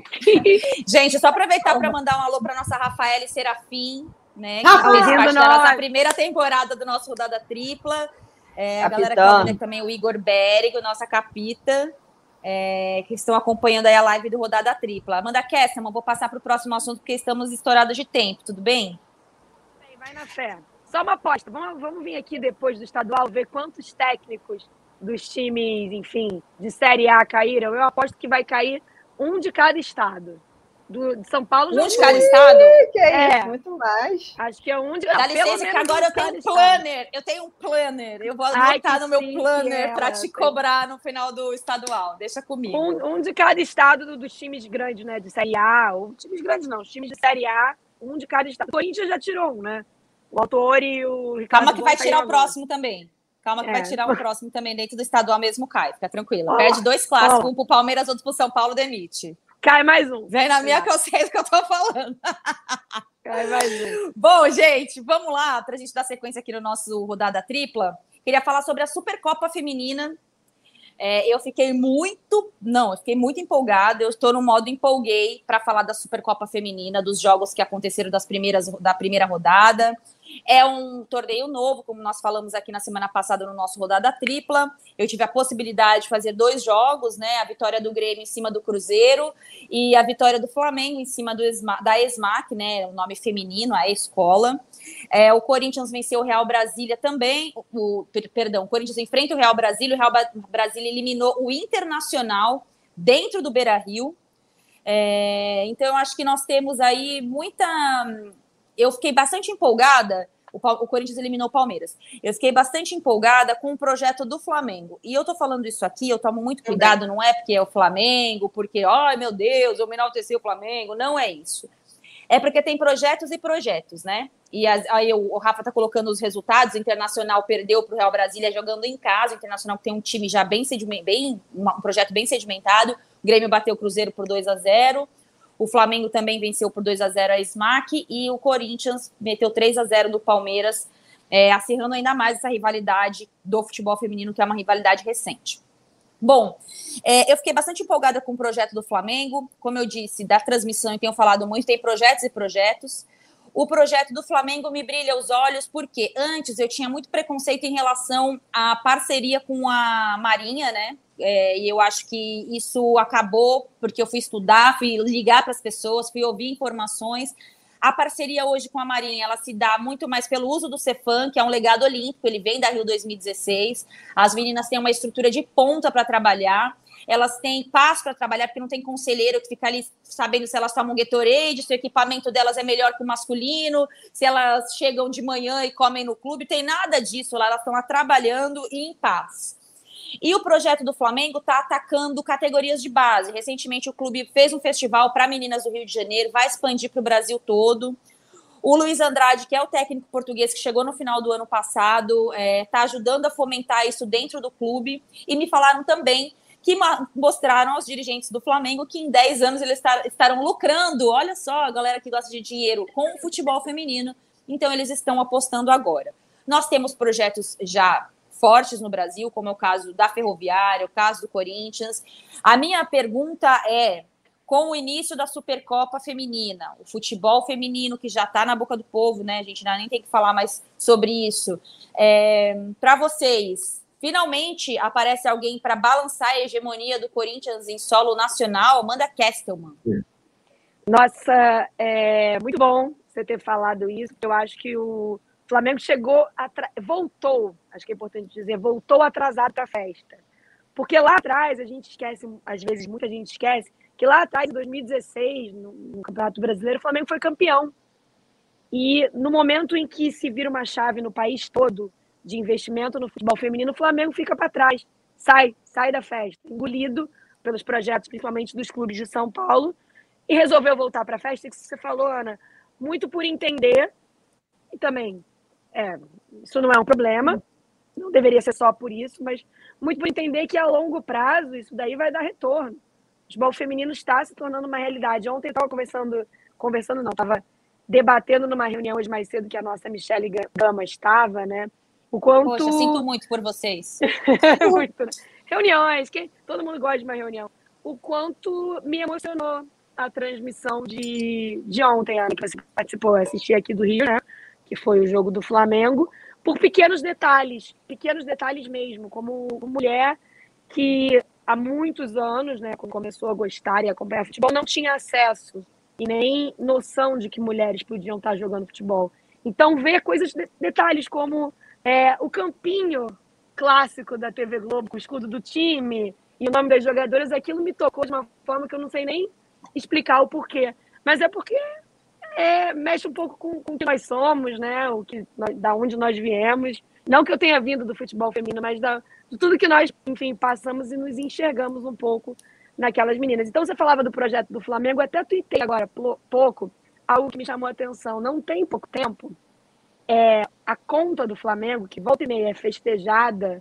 Gente, só aproveitar para mandar um alô para nossa Rafaela Serafim, né, que Ah, fez parte da nossa primeira temporada do nosso Rodada Tripla. É, a galera que tá vendo também, o Igor Berig, nossa capita, é, que estão acompanhando aí a live do Rodada Tripla. Amanda Kesterman, vou passar para o próximo assunto, porque estamos estourados de tempo, tudo bem? Vai na fé. Só uma aposta, vamos, vamos vir aqui depois do estadual, ver quantos técnicos dos times, enfim, de Série A caíram. Eu aposto que vai cair um de cada estado. Do, de São Paulo já um de cada estado? Que é isso, muito mais. Acho que é um de Dá licença que agora eu tenho um planner. Eu tenho um planner. Eu vou anotar no meu planner para te cobrar no final do estadual. Deixa comigo. Um, um de cada estado do, dos times grandes, né? De Série A. Ou times grandes não, os times de Série A, um de cada estado. O Corinthians já tirou um, né? O Autor e o Ricardo. Calma que vai tirar o próximo também. Calma que é. vai tirar o próximo também dentro do estadual mesmo, cai. Fica tranquila. Oh, Perde dois clássicos, oh. um pro Palmeiras, outro pro São Paulo, demite. Cai mais um. Vem na minha que eu sei do que eu tô falando. Cai mais um. Bom, gente, vamos lá, pra gente dar sequência aqui no nosso Rodada Tripla. Queria falar sobre a Supercopa Feminina. É, eu fiquei muito... Não, eu fiquei muito empolgada. Eu estou no modo empolguei para falar da Supercopa Feminina, dos jogos que aconteceram das primeiras, da primeira rodada. É um torneio novo, como nós falamos aqui na semana passada no nosso Rodada Tripla. Eu tive a possibilidade de fazer dois jogos, né? A vitória do Grêmio em cima do Cruzeiro e a vitória do Flamengo em cima do Esma, da ESMAC, né? O nome feminino, a escola. É, o Corinthians venceu o Real Brasília também. O, perdão, o Corinthians enfrenta o Real Brasília. O Real Brasília eliminou o Internacional dentro do Beira-Rio. É, então, eu acho que nós temos aí muita... Eu fiquei bastante empolgada, o, o Corinthians eliminou o Palmeiras, eu fiquei bastante empolgada com o projeto do Flamengo, e eu tô falando isso aqui, eu tomo muito cuidado, não é porque é o Flamengo, porque, ai meu Deus, eu me enalteci o Flamengo, não é isso, é porque tem projetos e projetos, né, e as, aí o, o Rafa tá colocando os resultados, o Internacional perdeu pro Real Brasília jogando em casa, o Internacional tem um time já bem sedimentado, bem, um projeto bem sedimentado, o Grêmio bateu o Cruzeiro por dois a zero, o Flamengo também venceu por dois a zero a ESMAC e o Corinthians meteu três a zero no Palmeiras, é, acirrando ainda mais essa rivalidade do futebol feminino, que é uma rivalidade recente. Bom, é, eu fiquei bastante empolgada com o projeto do Flamengo. Como eu disse, da transmissão, eu tenho falado muito, tem projetos e projetos. O projeto do Flamengo me brilha os olhos, porque antes eu tinha muito preconceito em relação à parceria com a Marinha, né? É, e eu acho que isso acabou porque eu fui estudar, fui ligar para as pessoas, fui ouvir informações. A parceria hoje com a Marinha, ela se dá muito mais pelo uso do Cefam, que é um legado olímpico, ele vem da Rio dois mil e dezesseis. As meninas têm uma estrutura de ponta para trabalhar. Elas têm passo para trabalhar, porque não tem conselheiro que fica ali sabendo se elas tomam Gatorade, se o equipamento delas é melhor que o masculino, se elas chegam de manhã e comem no clube, tem nada disso lá, elas estão lá trabalhando e em paz. E o projeto do Flamengo está atacando categorias de base. Recentemente o clube fez um festival para meninas do Rio de Janeiro, vai expandir para o Brasil todo. O Luiz Andrade, que é o técnico português que chegou no final do ano passado, está é, ajudando a fomentar isso dentro do clube. E me falaram também que mostraram aos dirigentes do Flamengo que em dez anos eles estarão lucrando, olha só, a galera que gosta de dinheiro, com o futebol feminino, então eles estão apostando agora. Nós temos projetos já fortes no Brasil, como é o caso da Ferroviária, o caso do Corinthians. A minha pergunta é, com o início da Supercopa Feminina, o futebol feminino que já está na boca do povo, né, a gente ainda nem tem que falar mais sobre isso, é, para vocês... Finalmente aparece alguém para balançar a hegemonia do Corinthians em solo nacional. Amanda Kestelman. Nossa, é muito bom você ter falado isso. Eu acho que o Flamengo chegou, atra... voltou, acho que é importante dizer, voltou atrasado para a festa. Porque lá atrás, a gente esquece, às vezes muita gente esquece, que lá atrás, em dois mil e dezesseis, no Campeonato Brasileiro, o Flamengo foi campeão. E no momento em que se vira uma chave no país todo, de investimento no futebol feminino, o Flamengo fica para trás, sai, sai da festa, engolido pelos projetos, principalmente dos clubes de São Paulo, e resolveu voltar para a festa, que você falou, Ana, muito por entender, e também, é, isso não é um problema, não deveria ser só por isso, mas muito por entender que a longo prazo isso daí vai dar retorno. O futebol feminino está se tornando uma realidade. Ontem eu estava conversando, conversando não, estava debatendo numa reunião hoje mais cedo que a nossa Michele Gama estava, né? O quanto... Poxa, sinto muito por vocês. Muito, né? Reuniões, que todo mundo gosta de uma reunião. O quanto me emocionou a transmissão de, de ontem, Ana, que você participou, assisti aqui do Rio, né? Que foi o jogo do Flamengo, por pequenos detalhes, pequenos detalhes mesmo, como mulher que há muitos anos, né, quando começou a gostar e acompanhar futebol, não tinha acesso e nem noção de que mulheres podiam estar jogando futebol. Então, ver coisas, detalhes como é, o campinho clássico da T V Globo, com o escudo do time e o nome das jogadoras, aquilo me tocou de uma forma que eu não sei nem explicar o porquê. Mas é porque é, mexe um pouco com, com o que nós somos, né? O que, da onde nós viemos. Não que eu tenha vindo do futebol feminino, mas da, de tudo que nós, enfim, passamos e nos enxergamos um pouco naquelas meninas. Então, você falava do projeto do Flamengo, até tuitei agora pouco, algo que me chamou a atenção. Não tem pouco tempo, é, a conta do Flamengo, que volta e meia é festejada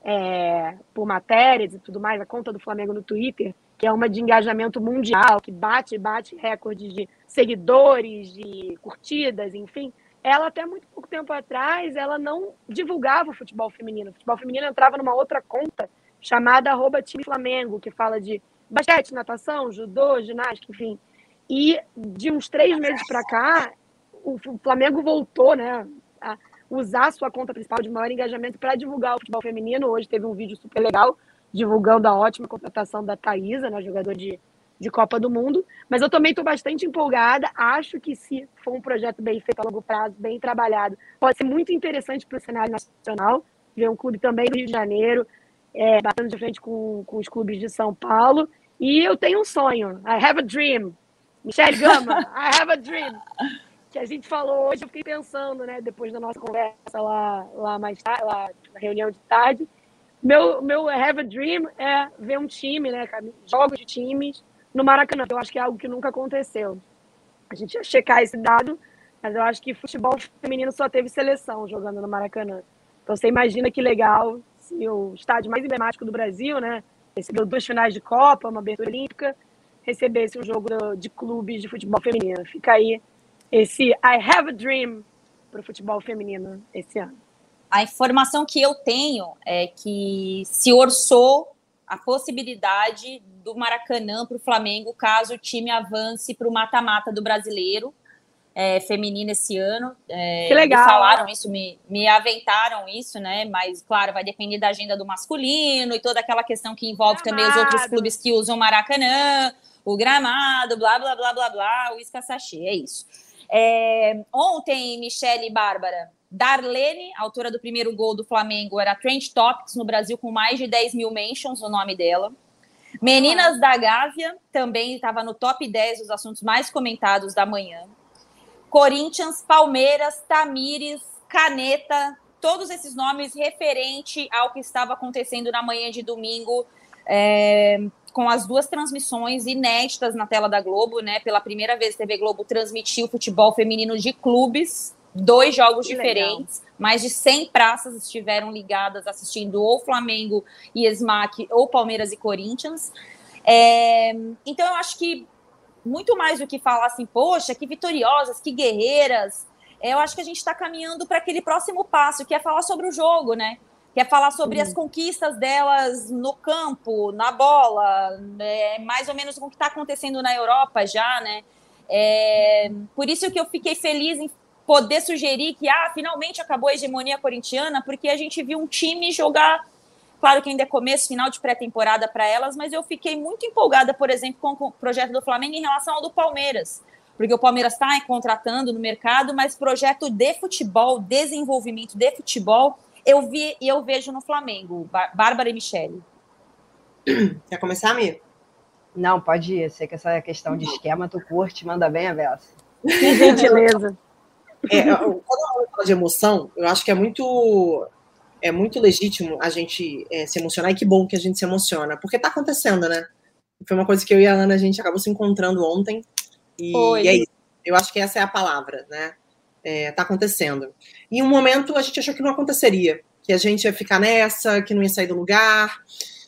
é, por matérias e tudo mais, a conta do Flamengo no Twitter, que é uma de engajamento mundial, que bate bate recordes de seguidores, de curtidas, enfim, ela até muito pouco tempo atrás, ela não divulgava o futebol feminino. O futebol feminino entrava numa outra conta chamada arroba time Flamengo, que fala de basquete, natação, judô, ginástica, enfim. E de uns três meses para cá, o Flamengo voltou, né, a usar a sua conta principal de maior engajamento para divulgar o futebol feminino. Hoje teve um vídeo super legal divulgando a ótima contratação da Thaísa, né, jogadora de, de Copa do Mundo. Mas eu também estou bastante empolgada. Acho que se for um projeto bem feito a longo prazo, bem trabalhado, pode ser muito interessante para o cenário nacional. Ver um clube também do Rio de Janeiro, é, batendo de frente com, com os clubes de São Paulo. E eu tenho um sonho. I have a dream. Michele Gama, I have a dream. Que a gente falou hoje, eu fiquei pensando, né, depois da nossa conversa lá, lá mais tarde, lá na reunião de tarde. Meu, meu have a dream é ver um time, né, jogos de times no Maracanã. Eu acho que é algo que nunca aconteceu. A gente ia checar esse dado, mas eu acho que futebol feminino só teve seleção jogando no Maracanã. Então você imagina que legal se o estádio mais emblemático do Brasil, né, recebeu duas finais de Copa, uma abertura olímpica, recebesse um jogo de clubes de futebol feminino. Fica aí esse I have a dream para o futebol feminino esse ano. A informação que eu tenho é que se orçou a possibilidade do Maracanã para o Flamengo, caso o time avance para o mata-mata do Brasileiro é, feminino esse ano. É, que legal. Me falaram isso, me, me aventaram isso, né? Mas, claro, vai depender da agenda do masculino e toda aquela questão que envolve gramado. Também os outros clubes que usam o Maracanã, o gramado, blá, blá, blá, blá, blá, o isca-sachê, é isso. É, ontem, Michele e Bárbara, Darlene, autora do primeiro gol do Flamengo, era Trend Topics no Brasil com mais de dez mil mentions, o nome dela. Meninas ah. da Gávea, também estava no top dez dos assuntos mais comentados da manhã. Corinthians, Palmeiras, Tamires, Caneta, todos esses nomes referente ao que estava acontecendo na manhã de domingo, é, com as duas transmissões inéditas na tela da Globo, né? Pela primeira vez, a T V Globo transmitiu futebol feminino de clubes, dois jogos que diferentes, legal. Mais de cem praças estiveram ligadas assistindo ou Flamengo e Smack, ou Palmeiras e Corinthians. É, então, eu acho que muito mais do que falar assim, poxa, que vitoriosas, que guerreiras, é, eu acho que a gente está caminhando para aquele próximo passo, que é falar sobre o jogo, né? Que é falar sobre uhum. as conquistas delas no campo, na bola, é, mais ou menos com o que está acontecendo na Europa já, né? É, por isso que eu fiquei feliz em poder sugerir que, ah, finalmente acabou a hegemonia corintiana, porque a gente viu um time jogar, claro que ainda é começo, final de pré-temporada para elas, mas eu fiquei muito empolgada, por exemplo, com o projeto do Flamengo em relação ao do Palmeiras, porque o Palmeiras está contratando no mercado, mas projeto de futebol, desenvolvimento de futebol, eu vi e eu vejo no Flamengo. Bárbara e Michele. Quer começar, Mir? Não, pode ir. Eu sei que essa questão de esquema, tu curte, manda bem, Avessa. Que gentileza. É, quando eu falo de emoção, eu acho que é muito, é muito legítimo a gente é, se emocionar, e que bom que a gente se emociona, porque tá acontecendo, né? Foi uma coisa que eu e a Ana, a gente acabou se encontrando ontem, e, e é isso. Eu acho que essa é a palavra, né? É, tá acontecendo. Em um momento a gente achou que não aconteceria, que a gente ia ficar nessa, que não ia sair do lugar,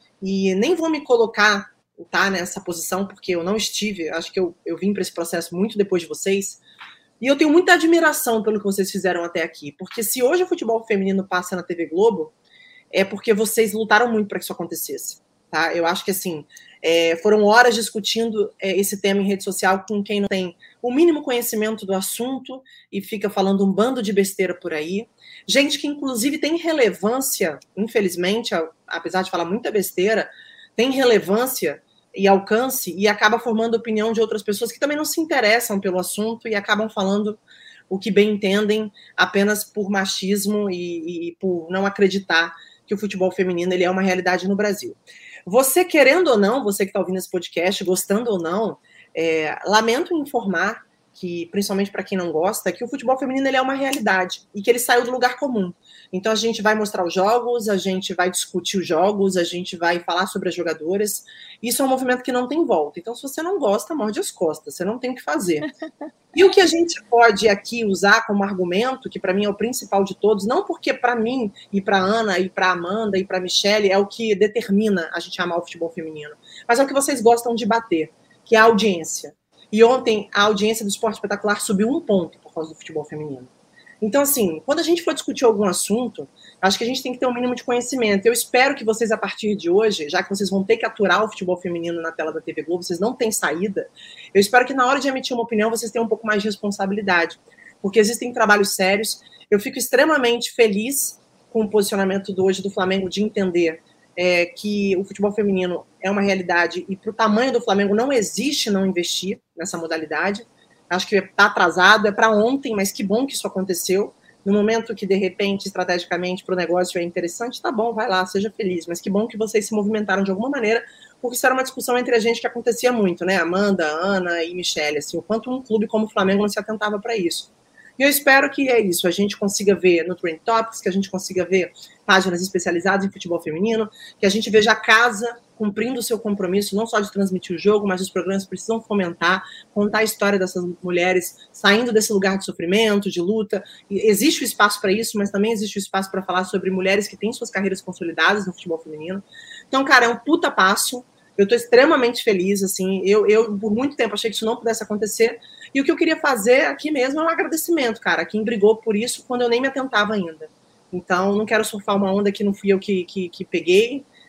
e nem vou me colocar, tá, nessa posição, porque eu não estive, acho que eu, eu vim para esse processo muito depois de vocês, e eu tenho muita admiração pelo que vocês fizeram até aqui, porque se hoje o futebol feminino passa na T V Globo, é porque vocês lutaram muito para que isso acontecesse, tá? Eu acho que, assim, é, foram horas discutindo é, esse tema em rede social com quem não tem o mínimo conhecimento do assunto e fica falando um bando de besteira por aí. Gente que, inclusive, tem relevância, infelizmente, apesar de falar muita besteira, tem relevância e alcance e acaba formando a opinião de outras pessoas que também não se interessam pelo assunto e acabam falando o que bem entendem apenas por machismo e, e por não acreditar que o futebol feminino ele é uma realidade no Brasil. Você, querendo ou não, você que está ouvindo esse podcast, gostando ou não, é, lamento informar que, principalmente para quem não gosta, que o futebol feminino ele é uma realidade e que ele saiu do lugar comum. Então a gente vai mostrar os jogos, a gente vai discutir os jogos, a gente vai falar sobre as jogadoras. Isso é um movimento que não tem volta. Então se você não gosta, morde as costas, você não tem o que fazer. E o que a gente pode aqui usar como argumento, que para mim é o principal de todos, não porque para mim e para Ana e para Amanda e para Michele é o que determina a gente amar o futebol feminino, mas é o que vocês gostam de bater, que é a audiência. E ontem a audiência do Esporte Espetacular subiu um ponto por causa do futebol feminino. Então, assim, quando a gente for discutir algum assunto, acho que a gente tem que ter um mínimo de conhecimento. Eu espero que vocês, a partir de hoje, já que vocês vão ter que aturar o futebol feminino na tela da T V Globo, vocês não têm saída, eu espero que na hora de emitir uma opinião vocês tenham um pouco mais de responsabilidade, porque existem trabalhos sérios. Eu fico extremamente feliz com o posicionamento do hoje do Flamengo de entender é, que o futebol feminino é uma realidade e para o tamanho do Flamengo não existe não investir nessa modalidade. Acho que está atrasado, é para ontem, mas que bom que isso aconteceu. No momento que, de repente, estrategicamente, para o negócio é interessante, tá bom, vai lá, seja feliz. Mas que bom que vocês se movimentaram de alguma maneira, porque isso era uma discussão entre a gente que acontecia muito, né? Amanda, Ana e Michele, assim, o quanto um clube como o Flamengo não se atentava para isso. E eu espero que é isso, a gente consiga ver no Trend Topics, que a gente consiga ver páginas especializadas em futebol feminino, que a gente veja a casa cumprindo o seu compromisso, não só de transmitir o jogo, mas os programas precisam fomentar, contar a história dessas mulheres saindo desse lugar de sofrimento, de luta. E existe o espaço para isso, mas também existe o espaço para falar sobre mulheres que têm suas carreiras consolidadas no futebol feminino. Então, cara, é um puta passo. Eu estou extremamente feliz, assim, eu, eu por muito tempo achei que isso não pudesse acontecer, e o que eu queria fazer aqui mesmo é um agradecimento, cara, quem brigou por isso quando eu nem me atentava ainda. Então, não quero surfar uma onda que não fui eu que, que, que peguei,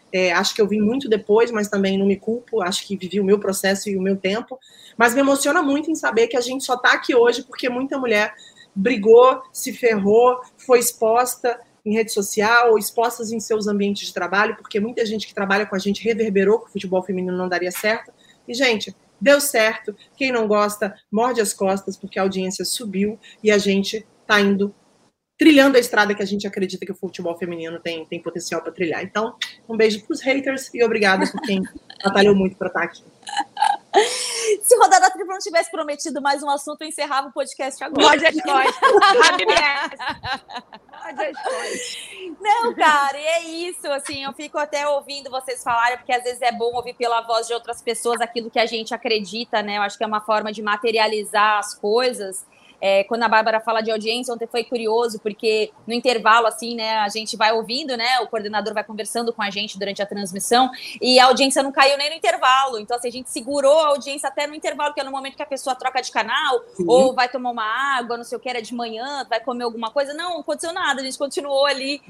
É, acho que eu vim muito depois, mas também não me culpo. Acho que vivi o meu processo e o meu tempo. Mas me emociona muito em saber que a gente só está aqui hoje porque muita mulher brigou, se ferrou, foi exposta em rede social, ou expostas em seus ambientes de trabalho, porque muita gente que trabalha com a gente reverberou que o futebol feminino não daria certo. E, gente, deu certo. Quem não gosta, morde as costas, porque a audiência subiu e a gente está indo trilhando a estrada que a gente acredita que o futebol feminino tem, tem potencial para trilhar. Então, um beijo para os haters e obrigada por quem batalhou muito para estar aqui. Se Rodada Tripla não tivesse prometido mais um assunto, eu encerrava o podcast agora. Morde as costas. Morde as costas. Não, cara, e é isso, assim, eu fico até ouvindo vocês falarem, porque às vezes é bom ouvir pela voz de outras pessoas aquilo que a gente acredita, né? Eu acho que é uma forma de materializar as coisas. É, quando a Bárbara fala de audiência, ontem foi curioso, porque no intervalo, assim, né, a gente vai ouvindo, né, o coordenador vai conversando com a gente durante a transmissão, e a audiência não caiu nem no intervalo, então, assim, a gente segurou a audiência até no intervalo, que é no momento que a pessoa troca de canal, Sim. ou vai tomar uma água, não sei o que, era de manhã, vai comer alguma coisa, não, não aconteceu nada, a gente continuou ali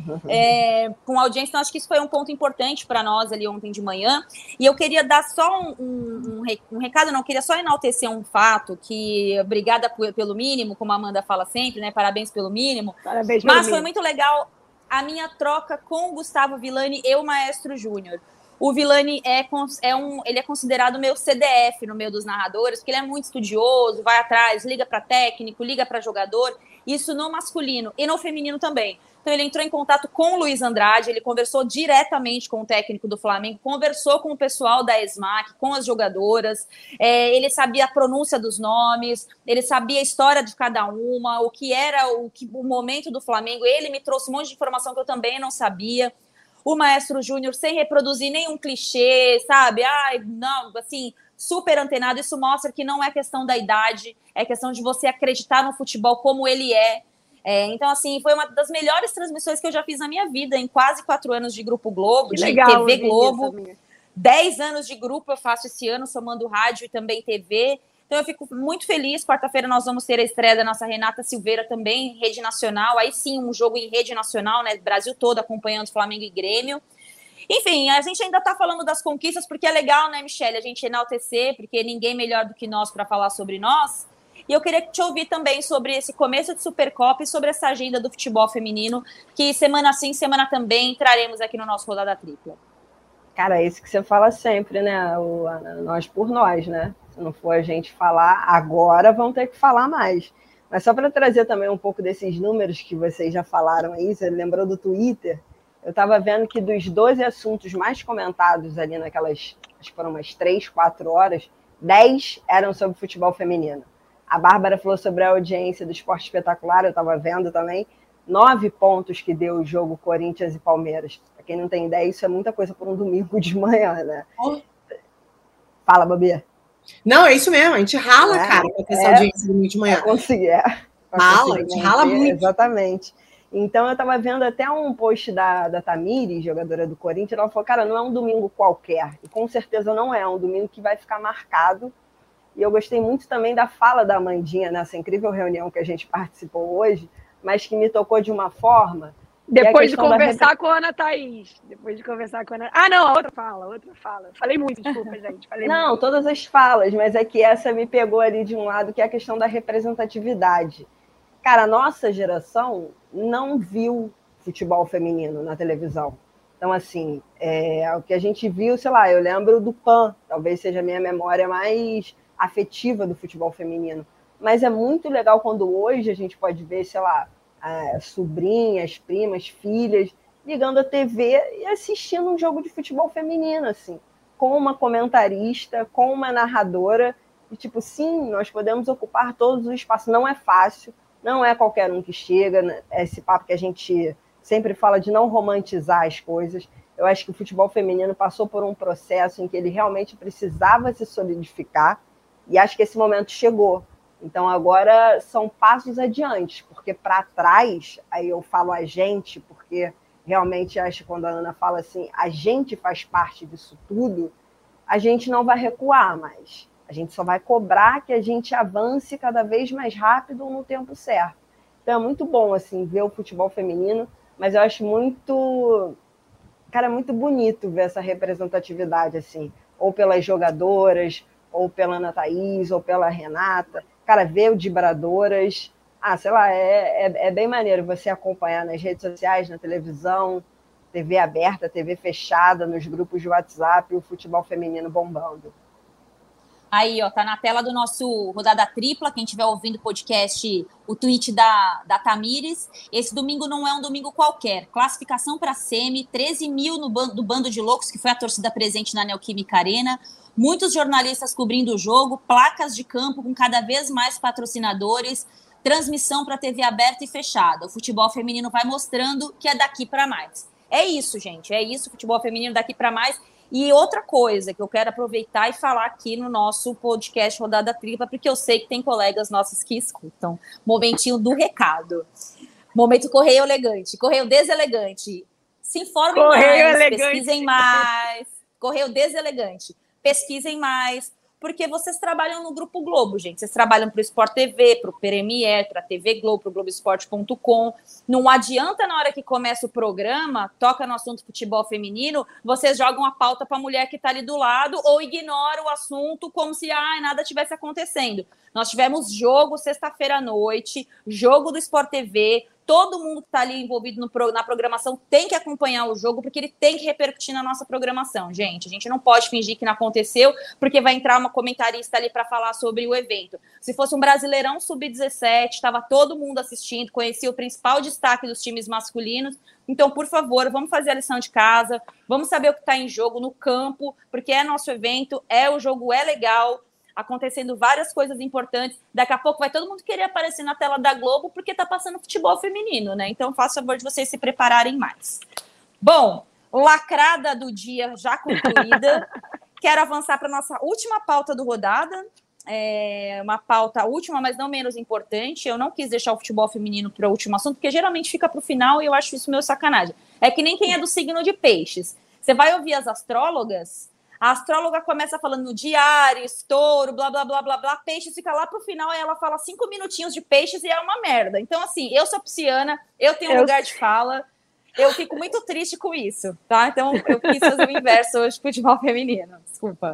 é, com a audiência, então acho que isso foi um ponto importante para nós ali ontem de manhã, e eu queria dar só um, um, um recado, não, eu queria só enaltecer um fato, que obrigada pelo mínimo, como a Amanda fala sempre, né? Parabéns pelo mínimo. Parabéns pelo Mas mínimo. Foi muito legal a minha troca com o Gustavo Villani e o Maestro Júnior. O Villani é, é, um, ele é considerado meu C D F no meio dos narradores, porque ele é muito estudioso, vai atrás, liga para técnico, liga para jogador, isso no masculino e no feminino também. Então ele entrou em contato com o Luiz Andrade, ele conversou diretamente com o técnico do Flamengo, conversou com o pessoal da ESMAC, com as jogadoras, é, ele sabia a pronúncia dos nomes, ele sabia a história de cada uma, o que era o, que, o momento do Flamengo, ele me trouxe um monte de informação que eu também não sabia. O Maestro Júnior, sem reproduzir nenhum clichê, sabe? Ai, não, assim, super antenado. Isso mostra que não é questão da idade, é questão de você acreditar no futebol como ele é. É, então, assim, foi uma das melhores transmissões que eu já fiz na minha vida, em quase quatro anos de Grupo Globo, que de legal, T V Globo. Dez anos de grupo eu faço esse ano, somando rádio e também T V. Então, eu fico muito feliz. Quarta-feira nós vamos ter a estreia da nossa Renata Silveira também, em rede nacional. Aí sim, um jogo em rede nacional, né? Brasil todo acompanhando Flamengo e Grêmio. Enfim, a gente ainda tá falando das conquistas, porque é legal, né, Michele? A gente enaltecer, porque ninguém melhor do que nós para falar sobre nós. E eu queria te ouvir também sobre esse começo de Supercopa e sobre essa agenda do futebol feminino, que semana sim, semana também, traremos aqui no nosso Rodada Tripla. Cara, é isso que você fala sempre, né? O, a, nós por nós, né? Se não for a gente falar agora, vão ter que falar mais. Mas só para trazer também um pouco desses números que vocês já falaram aí, você lembrou do Twitter? Eu estava vendo que dos doze assuntos mais comentados ali naquelas, acho que foram umas três, quatro horas, dez eram sobre futebol feminino. A Bárbara falou sobre a audiência do Esporte Espetacular, eu estava vendo também. Nove pontos que deu o jogo Corinthians e Palmeiras. Para quem não tem ideia, isso é muita coisa por um domingo de manhã, né? Oh. Fala, Babi. Não, é isso mesmo, a gente rala, é, cara, para ter essa é, audiência do domingo de manhã. Conseguir, é. Rala, a gente rala muito. Exatamente. Então, eu estava vendo até um post da, da Tamires, jogadora do Corinthians, ela falou, cara, não é um domingo qualquer. E com certeza não é, é um domingo que vai ficar marcado. E eu gostei muito também da fala da Amandinha nessa incrível reunião que a gente participou hoje, mas que me tocou de uma forma... Depois de conversar da... com a Ana Thaís. Depois de conversar com a Ana... Ah, não, a outra fala, a outra fala. Falei muito, desculpa, gente. Falei não, muito. Todas as falas, mas é que essa me pegou ali de um lado, que é a questão da representatividade. Cara, a nossa geração não viu futebol feminino na televisão. Então, assim, é, o que a gente viu, sei lá, eu lembro do P A N, talvez seja a minha memória mais afetiva do futebol feminino. Mas é muito legal quando hoje a gente pode ver, sei lá, sobrinhas, primas, filhas, ligando a T V e assistindo um jogo de futebol feminino, assim, com uma comentarista, com uma narradora, e tipo, sim, nós podemos ocupar todos os espaços. Não é fácil, não é qualquer um que chega, né? Esse papo que a gente sempre fala de não romantizar as coisas. Eu acho que o futebol feminino passou por um processo em que ele realmente precisava se solidificar, e acho que esse momento chegou. Então, agora são passos adiante, porque para trás, aí eu falo a gente, porque realmente acho que quando a Ana fala assim, a gente faz parte disso tudo, a gente não vai recuar mais. A gente só vai cobrar que a gente avance cada vez mais rápido no tempo certo. Então, é muito bom assim, ver o futebol feminino, mas eu acho muito cara, é muito bonito ver essa representatividade, assim, ou pelas jogadoras, ou pela Ana Thaís, ou pela Renata. Cara, ver o de Bradoras, ah, sei lá, é, é, é bem maneiro você acompanhar nas redes sociais, na televisão, T V aberta, T V fechada, nos grupos de WhatsApp, o futebol feminino bombando. Aí, ó, tá na tela do nosso Rodada Tripla, quem estiver ouvindo o podcast, o tweet da, da Tamires. Esse domingo não é um domingo qualquer. Classificação para a Semi, treze mil no bando, do Bando de Loucos, que foi a torcida presente na Neoquímica Arena. Muitos jornalistas cobrindo o jogo, placas de campo com cada vez mais patrocinadores, transmissão para T V aberta e fechada. O futebol feminino vai mostrando que é daqui para mais. É isso, gente, é isso, futebol feminino daqui para mais. E outra coisa que eu quero aproveitar e falar aqui no nosso podcast Rodada Tripla, porque eu sei que tem colegas nossos que escutam. Momentinho do recado. Momento Correio Elegante, Correio Deselegante. Se informem Correio mais, elegante. Pesquisem mais. Correio Deselegante. Pesquisem mais, porque vocês trabalham no Grupo Globo, gente. Vocês trabalham para o Sport T V, para o Premier, para a T V Globo, para o Globo Esporte ponto com. Não adianta, na hora que começa o programa, toca no assunto futebol feminino, vocês jogam a pauta para a mulher que está ali do lado ou ignoram o assunto como se ah, nada tivesse acontecendo. Nós tivemos jogo sexta-feira à noite, jogo do Sport T V. Todo mundo que está ali envolvido no, na programação tem que acompanhar o jogo, porque ele tem que repercutir na nossa programação, gente. A gente não pode fingir que não aconteceu, porque vai entrar uma comentarista ali para falar sobre o evento. Se fosse um Brasileirão sub dezessete, estava todo mundo assistindo, conhecia o principal destaque dos times masculinos. Então, por favor, vamos fazer a lição de casa, vamos saber o que está em jogo no campo, porque é nosso evento, é o jogo é legal, acontecendo várias coisas importantes. Daqui a pouco vai todo mundo querer aparecer na tela da Globo porque tá passando futebol feminino, né? Então, faça favor de vocês se prepararem mais. Bom, lacrada do dia já concluída. Quero avançar para nossa última pauta do Rodada. É uma pauta última, mas não menos importante. Eu não quis deixar o futebol feminino para o último assunto, porque geralmente fica para o final e eu acho isso meio sacanagem. É que nem quem é do signo de peixes. Você vai ouvir as astrólogas, a astróloga começa falando no diário, estouro, blá, blá, blá, blá, blá, peixes fica lá pro final e ela fala cinco minutinhos de peixes e é uma merda. Então, assim, eu sou pisciana, eu tenho um eu... lugar de fala, eu fico muito triste com isso, tá? Então, eu quis fazer o inverso hoje, futebol feminino, desculpa.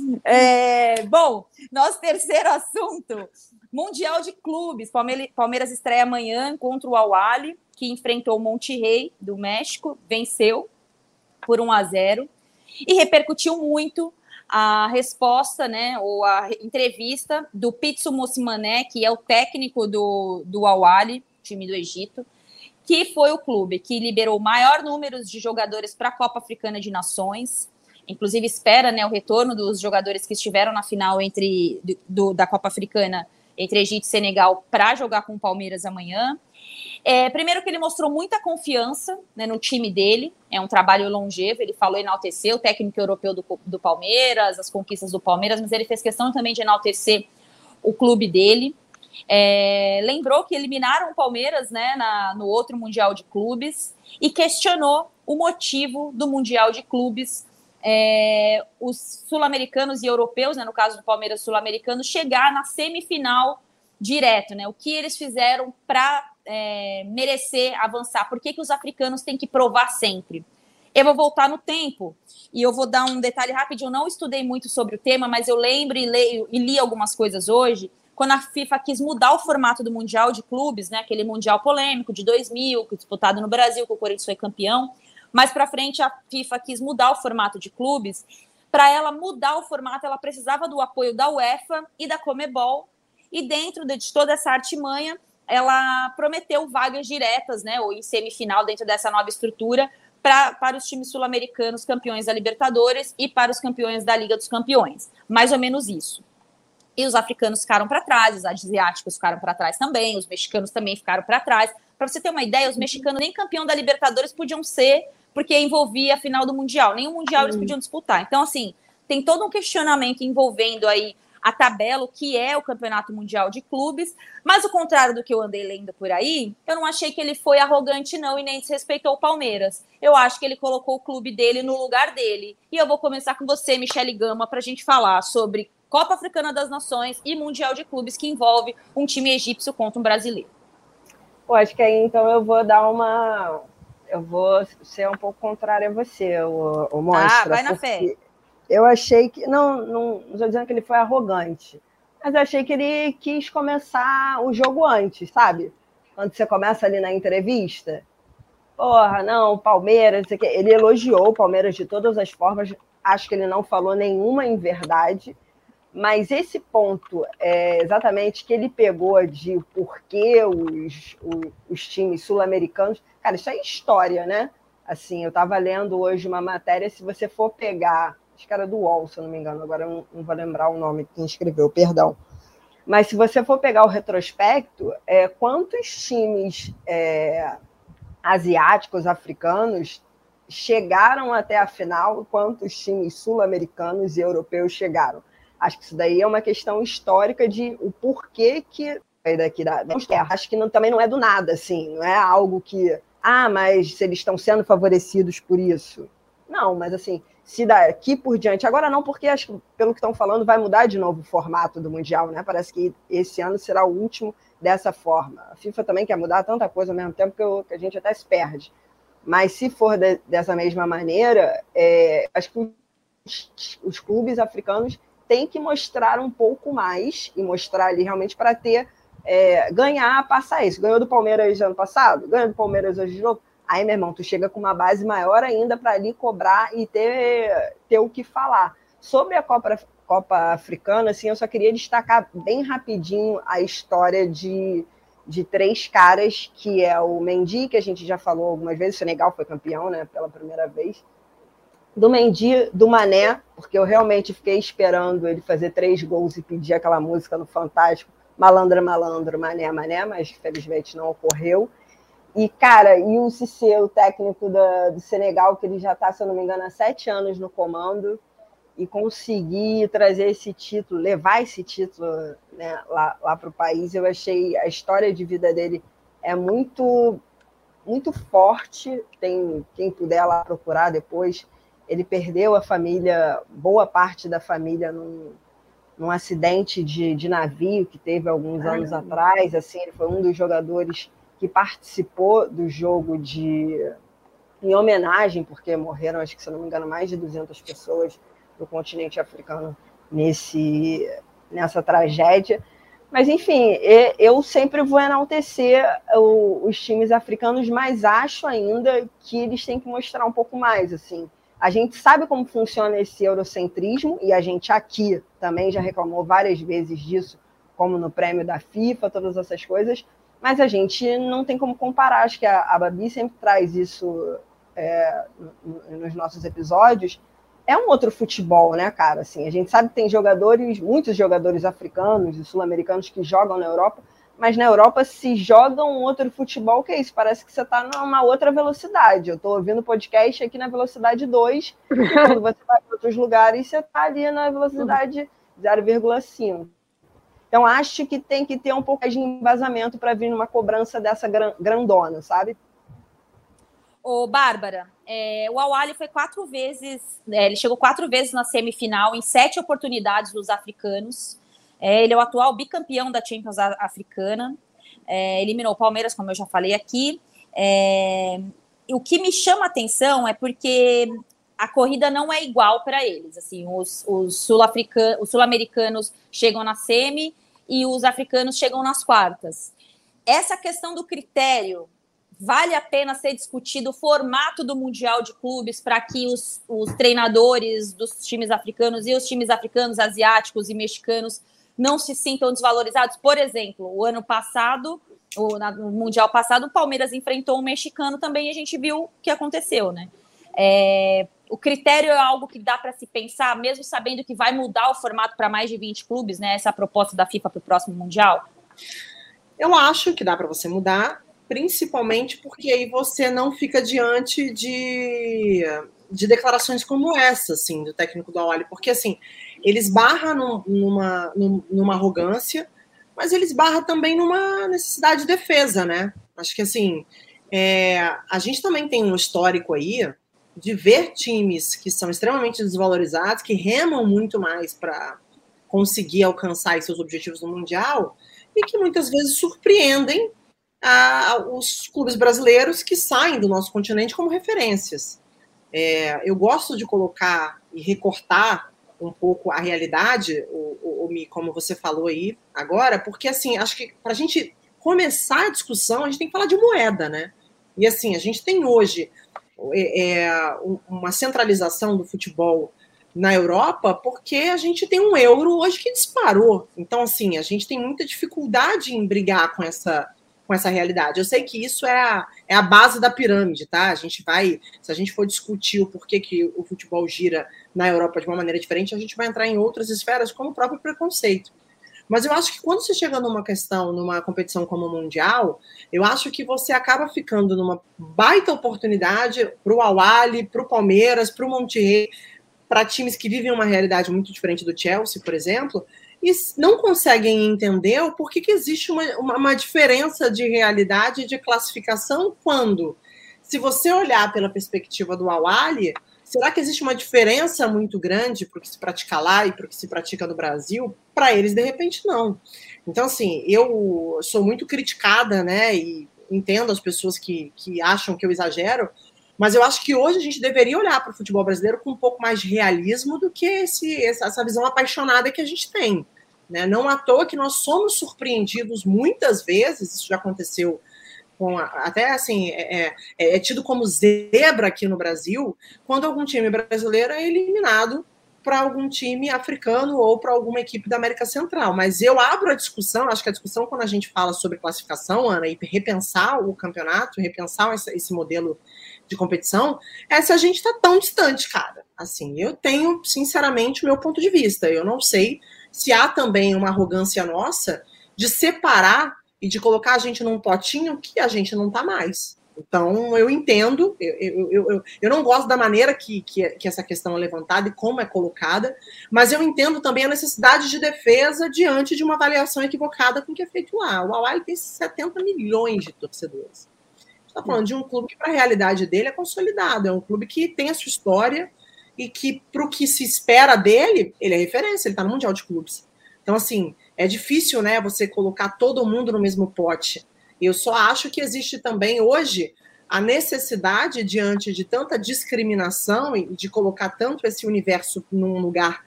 É, bom, nosso terceiro assunto, Mundial de Clubes. Palmeiras estreia amanhã contra o Al-Ahly, que enfrentou o Monterrey, do México, venceu por um a zero. E repercutiu muito a resposta, né, ou a entrevista do Pitsu Mosimane, que é o técnico do, do Al-Ahly, time do Egito, que foi o clube que liberou o maior número de jogadores para a Copa Africana de Nações. Inclusive espera, né, o retorno dos jogadores que estiveram na final entre, do, da Copa Africana entre Egito e Senegal para jogar com o Palmeiras amanhã. É, primeiro que ele mostrou muita confiança, né, no time dele, é um trabalho longevo, ele falou enaltecer o técnico europeu do, do Palmeiras, as conquistas do Palmeiras, mas ele fez questão também de enaltecer o clube dele. É, lembrou que eliminaram o Palmeiras, né, na, no outro Mundial de Clubes e questionou o motivo do Mundial de Clubes, é, os sul-americanos e europeus, né, no caso do Palmeiras sul-americano, chegar na semifinal direto, né, o que eles fizeram para É, merecer avançar, por que, que os africanos têm que provar sempre? Eu vou voltar no tempo e eu vou dar um detalhe rápido. Eu não estudei muito sobre o tema, mas eu lembro e, leio, e li algumas coisas hoje, quando a FIFA quis mudar o formato do Mundial de Clubes, né, aquele Mundial polêmico de dois mil, disputado no Brasil, que o Corinthians foi campeão. Mais para frente a FIFA quis mudar o formato de clubes. Para ela mudar o formato, ela precisava do apoio da UEFA e da Conmebol, e dentro de toda essa artimanha ela prometeu vagas diretas, né, ou em semifinal dentro dessa nova estrutura pra, para os times sul-americanos campeões da Libertadores e para os campeões da Liga dos Campeões. Mais ou menos isso. E os africanos ficaram para trás, os asiáticos ficaram para trás também, os mexicanos também ficaram para trás. Para você ter uma ideia, os mexicanos nem campeão da Libertadores podiam ser, porque envolvia a final do Mundial. Nem o Mundial eles podiam disputar. Então, assim, tem todo um questionamento envolvendo aí a tabela, que é o Campeonato Mundial de Clubes, mas ao contrário do que eu andei lendo por aí, eu não achei que ele foi arrogante não e nem desrespeitou o Palmeiras. Eu acho que ele colocou o clube dele no lugar dele. E eu vou começar com você, Michele Gama, para a gente falar sobre Copa Africana das Nações e Mundial de Clubes, que envolve um time egípcio contra um brasileiro. Pô, acho que aí então eu vou dar uma... eu vou ser um pouco contrária a você, o, o Monstra. Ah, vai na fé. Eu achei que... Não, não estou dizendo que ele foi arrogante, mas eu achei que ele quis começar o jogo antes, sabe? Quando você começa ali na entrevista, porra, não, Palmeiras, ele elogiou o Palmeiras de todas as formas, acho que ele não falou nenhuma em verdade, mas esse ponto é exatamente que ele pegou de por que os, os, os times sul-americanos... Cara, isso é história, né? Assim, eu estava lendo hoje uma matéria, se você for pegar... Acho que era do U O L, se eu não me engano, agora eu não, não vou lembrar o nome de quem escreveu, perdão. Mas se você for pegar o retrospecto, é, quantos times é, asiáticos, africanos, chegaram até a final, quantos times sul-americanos e europeus chegaram? Acho que isso daí é uma questão histórica de o porquê que... daqui da, da acho que não, também não é do nada, assim, não é algo que... Ah, mas se eles estão sendo favorecidos por isso. Não, mas assim, se daqui por diante... Agora não, porque acho que, pelo que estão falando, vai mudar de novo o formato do Mundial, né? Parece que esse ano será o último dessa forma. A FIFA também quer mudar tanta coisa ao mesmo tempo que, eu, que a gente até se perde. Mas se for de, dessa mesma maneira, é, acho que os, os clubes africanos têm que mostrar um pouco mais e mostrar ali realmente para ter... É, ganhar, passar isso. Ganhou do Palmeiras ano passado? Ganhou do Palmeiras hoje de novo? Aí, meu irmão, tu chega com uma base maior ainda para ali cobrar e ter, ter o que falar. Sobre a Copa, Copa Africana, assim, eu só queria destacar bem rapidinho a história de, de três caras, que é o Mendy, que a gente já falou algumas vezes, o Senegal foi campeão, né, pela primeira vez. Do Mendy, do Mané, porque eu realmente fiquei esperando ele fazer três gols e pedir aquela música no Fantástico, Malandra, malandro, mané, mané, mas felizmente não ocorreu. E, cara, e o Cissé, o técnico da, do Senegal, que ele já está, se eu não me engano, há sete anos no comando, e conseguir trazer esse título, levar esse título, né, lá, lá para o país, eu achei a história de vida dele é muito, muito forte. Tem quem puder lá procurar depois. Ele perdeu a família, boa parte da família, num, num acidente de, de navio que teve alguns anos ah, atrás. Assim, ele foi um dos jogadores que participou do jogo de, em homenagem, porque morreram, acho que, se eu não me engano, mais de duzentas pessoas do continente africano nesse, nessa tragédia. Mas, enfim, eu sempre vou enaltecer os times africanos, mas acho ainda que eles têm que mostrar um pouco mais, assim. A gente sabe como funciona esse eurocentrismo, e a gente aqui também já reclamou várias vezes disso, como no prêmio da FIFA, todas essas coisas, mas a gente não tem como comparar. Acho que a, a Babi sempre traz isso é, nos nossos episódios. É um outro futebol, né, cara? Assim, a gente sabe que tem jogadores, muitos jogadores africanos e sul-americanos que jogam na Europa, mas na Europa se joga um outro futebol, que é isso, parece que você está numa outra velocidade. Eu estou ouvindo podcast aqui na velocidade dois, e quando você vai para outros lugares, você está ali na velocidade zero vírgula cinco. Então, acho que tem que ter um pouco de embasamento para vir numa cobrança dessa grandona, sabe? Ô, Bárbara, é, o Al-Ahly foi quatro vezes, é, ele chegou quatro vezes na semifinal, em sete oportunidades dos africanos. É, ele é o atual bicampeão da Champions Africana, é, eliminou o Palmeiras, como eu já falei aqui. É, o que me chama a atenção é porque a corrida não é igual para eles. Assim, os, os sul-africanos, os sul-americanos chegam na semi e os africanos chegam nas quartas. Essa questão do critério, vale a pena ser discutido o formato do Mundial de Clubes para que os, os treinadores dos times africanos e os times africanos, asiáticos e mexicanos não se sintam desvalorizados? Por exemplo, o ano passado, o, no Mundial passado, o Palmeiras enfrentou um mexicano também e a gente viu o que aconteceu, né? É, o critério é algo que dá para se pensar, mesmo sabendo que vai mudar o formato para mais de vinte clubes, né? Essa proposta da FIFA para o próximo Mundial? Eu acho que dá para você mudar, principalmente porque aí você não fica diante de, de declarações como essa, assim, do técnico do Al-Ahly, porque, assim, eles barram num, numa, numa arrogância, mas eles barram também numa necessidade de defesa, né? Acho que, assim, é, a gente também tem um histórico aí de ver times que são extremamente desvalorizados, que remam muito mais para conseguir alcançar seus objetivos no Mundial, e que muitas vezes surpreendem a, os clubes brasileiros que saem do nosso continente como referências. É, eu gosto de colocar e recortar um pouco a realidade, o, o, o, como você falou aí agora, porque, assim, acho que para a gente começar a discussão, a gente tem que falar de moeda, né? E, assim, a gente tem hoje é, uma centralização do futebol na Europa porque a gente tem um euro hoje que disparou. Então, assim, a gente tem muita dificuldade em brigar com essa, com essa realidade. Eu sei que isso é a, é a base da pirâmide, tá? A gente vai, se a gente for discutir o porquê que o futebol gira na Europa de uma maneira diferente, a gente vai entrar em outras esferas, como o próprio preconceito. Mas eu acho que quando você chega numa questão, numa competição como o Mundial, eu acho que você acaba ficando numa baita oportunidade para o Al-Ahly, para o Palmeiras, para o Monterrey, para times que vivem uma realidade muito diferente do Chelsea, por exemplo, e não conseguem entender o porquê que existe uma, uma, uma diferença de realidade e de classificação quando, se você olhar pela perspectiva do Al-Ahly, será que existe uma diferença muito grande para o que se pratica lá e para o que se pratica no Brasil? Para eles, de repente, não. Então, assim, eu sou muito criticada, né, e entendo as pessoas que, que acham que eu exagero, mas eu acho que hoje a gente deveria olhar para o futebol brasileiro com um pouco mais de realismo do que esse, essa visão apaixonada que a gente tem. Né? Não à toa que nós somos surpreendidos muitas vezes, isso já aconteceu com a, até assim, é, é, é tido como zebra aqui no Brasil, quando algum time brasileiro é eliminado para algum time africano ou para alguma equipe da América Central. Mas eu abro a discussão, acho que a discussão quando a gente fala sobre classificação, Ana, e repensar o campeonato, repensar esse, esse modelo de competição, é se a gente está tão distante, cara. Assim, eu tenho, sinceramente, o meu ponto de vista. Eu não sei se há também uma arrogância nossa de separar e de colocar a gente num potinho que a gente não está mais. Então, eu entendo, eu, eu, eu, eu não gosto da maneira que, que, que essa questão é levantada e como é colocada, mas eu entendo também a necessidade de defesa diante de uma avaliação equivocada com o que é feito lá. O Al-Ahly tem setenta milhões de torcedores. Está falando de um clube que, para a realidade dele, é consolidado. É um clube que tem a sua história e que, para o que se espera dele, ele é referência, ele está no Mundial de Clubes. Então, assim, é difícil, né, você colocar todo mundo no mesmo pote. Eu só acho que existe também, hoje, a necessidade, diante de tanta discriminação e de colocar tanto esse universo num lugar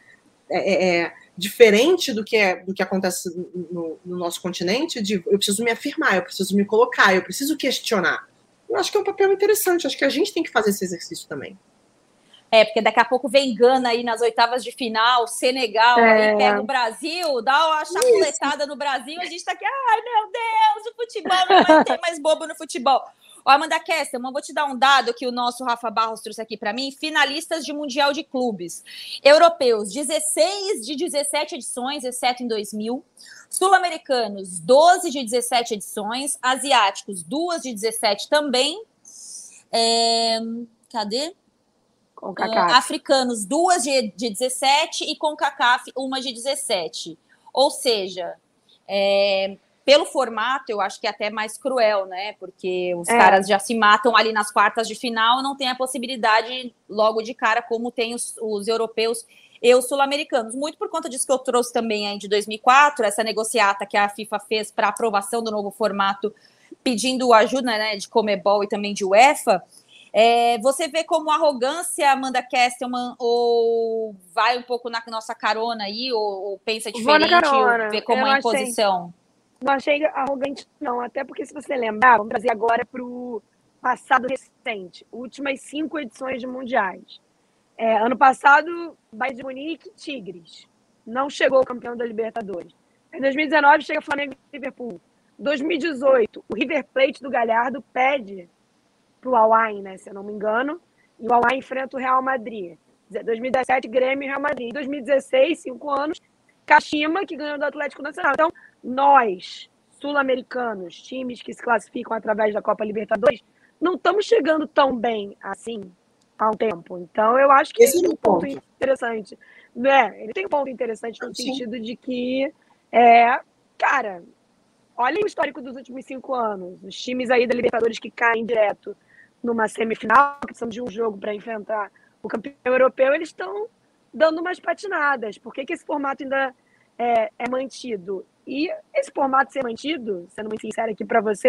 é, é, diferente do que, é, do que acontece no, no nosso continente, de eu preciso me afirmar, eu preciso me colocar, eu preciso questionar. Eu acho que é um papel interessante, acho que a gente tem que fazer esse exercício também. É, porque daqui a pouco vem Gana aí nas oitavas de final, Senegal, é. aí pega o Brasil, dá uma chapuletada Isso. no Brasil, a gente tá aqui, ai meu Deus, o futebol não vai ter mais bobo no futebol. Ó, Amanda Kesselman, vou te dar um dado que o nosso Rafa Barros trouxe aqui para mim, finalistas de Mundial de Clubes. Europeus, dezesseis de dezessete edições, exceto em dois mil. Sul-americanos, doze de dezessete edições. Asiáticos, duas de dezessete também. É... Cadê? Uh, africanos, duas de, de dezessete e CONCACAF, uma de dezessete. Ou seja, é, pelo formato, eu acho que é até mais cruel, né? Porque os é. caras já se matam ali nas quartas de final, não tem a possibilidade logo de cara como tem os, os europeus e os sul-americanos. Muito por conta disso que eu trouxe também aí de dois mil e quatro, essa negociata que a FIFA fez para aprovação do novo formato, pedindo ajuda, né, de Conmebol e também de UEFA. É, você vê como arrogância, Amanda Kesselman, ou vai um pouco na nossa carona aí, ou, ou pensa diferente, ou vê como uma imposição? Não achei arrogante, não. Até porque, se você lembrar, vamos trazer agora para o passado recente. Últimas cinco edições de mundiais. É, ano passado, Bayern de Munique, Tigres. Não chegou o campeão da Libertadores. Em dois mil e dezenove, chega Flamengo e Liverpool. dois mil e dezoito, o River Plate do Galhardo pede para o Al-Ahly, né, se eu não me engano, e o Al-Ahly enfrenta o Real Madrid. dois mil e dezessete, Grêmio e Real Madrid. Em dois mil e dezesseis, cinco anos, Kashima, que ganhou do Atlético Nacional. Então, nós, sul-americanos, times que se classificam através da Copa Libertadores, não estamos chegando tão bem assim há um tempo. Então, eu acho que esse tem um ponto, ponto interessante. Né? Ele tem um ponto interessante no Sim. sentido de que, é, cara, olha o histórico dos últimos cinco anos. Os times aí da Libertadores que caem direto numa semifinal, que precisam de um jogo para enfrentar o campeão europeu, eles estão dando umas patinadas. Por que, que esse formato ainda é, é mantido? E esse formato ser mantido, sendo muito sincero aqui para vocês,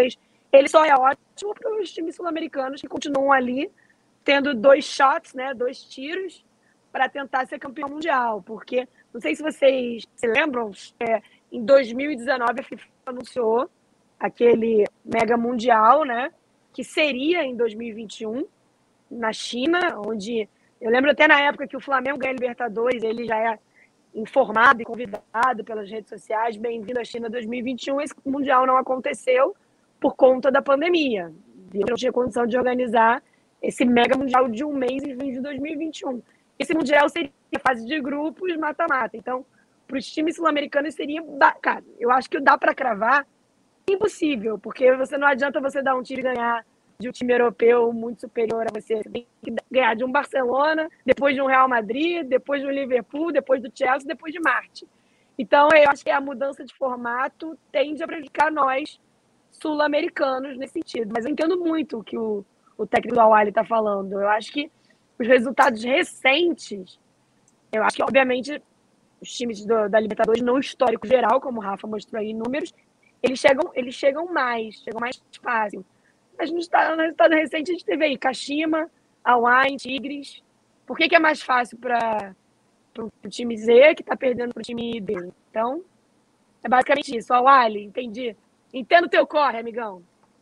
ele só é ótimo para os times sul-americanos que continuam ali tendo dois shots, né, dois tiros para tentar ser campeão mundial, porque não sei se vocês se lembram, é, em dois mil e dezenove a FIFA anunciou aquele mega mundial, né, que seria em dois mil e vinte e um na China, onde eu lembro até na época que o Flamengo ganha a Libertadores, ele já é informado e convidado pelas redes sociais, bem-vindo à China dois mil e vinte e um, esse mundial não aconteceu por conta da pandemia. Eu não tinha condição de organizar esse mega mundial de um mês em junho de dois mil e vinte e um. Esse mundial seria fase de grupos, mata-mata. Então, para os times sul-americanos seria... Cara, eu acho que dá para cravar impossível, porque você não adianta você dar um tiro e ganhar de um time europeu muito superior a você. Você tem que ganhar de um Barcelona, depois de um Real Madrid, depois de um Liverpool, depois do Chelsea, depois de Marte. Então, eu acho que a mudança de formato tende a prejudicar nós, sul-americanos, nesse sentido. Mas eu entendo muito o que o, o técnico do Al-Ahly está falando. Eu acho que os resultados recentes, eu acho que, obviamente, os times do, da Libertadores, no histórico geral, como o Rafa mostrou aí em números, eles chegam, eles chegam mais, chegam mais fácil. Mas no resultado recente a gente teve aí Kashima, Al-Ain, Tigres. Por que, que é mais fácil para o time Z que está perdendo para o time B? Então, é basicamente isso. Al-Ahly, entendi. Entendo o teu corre, amigão.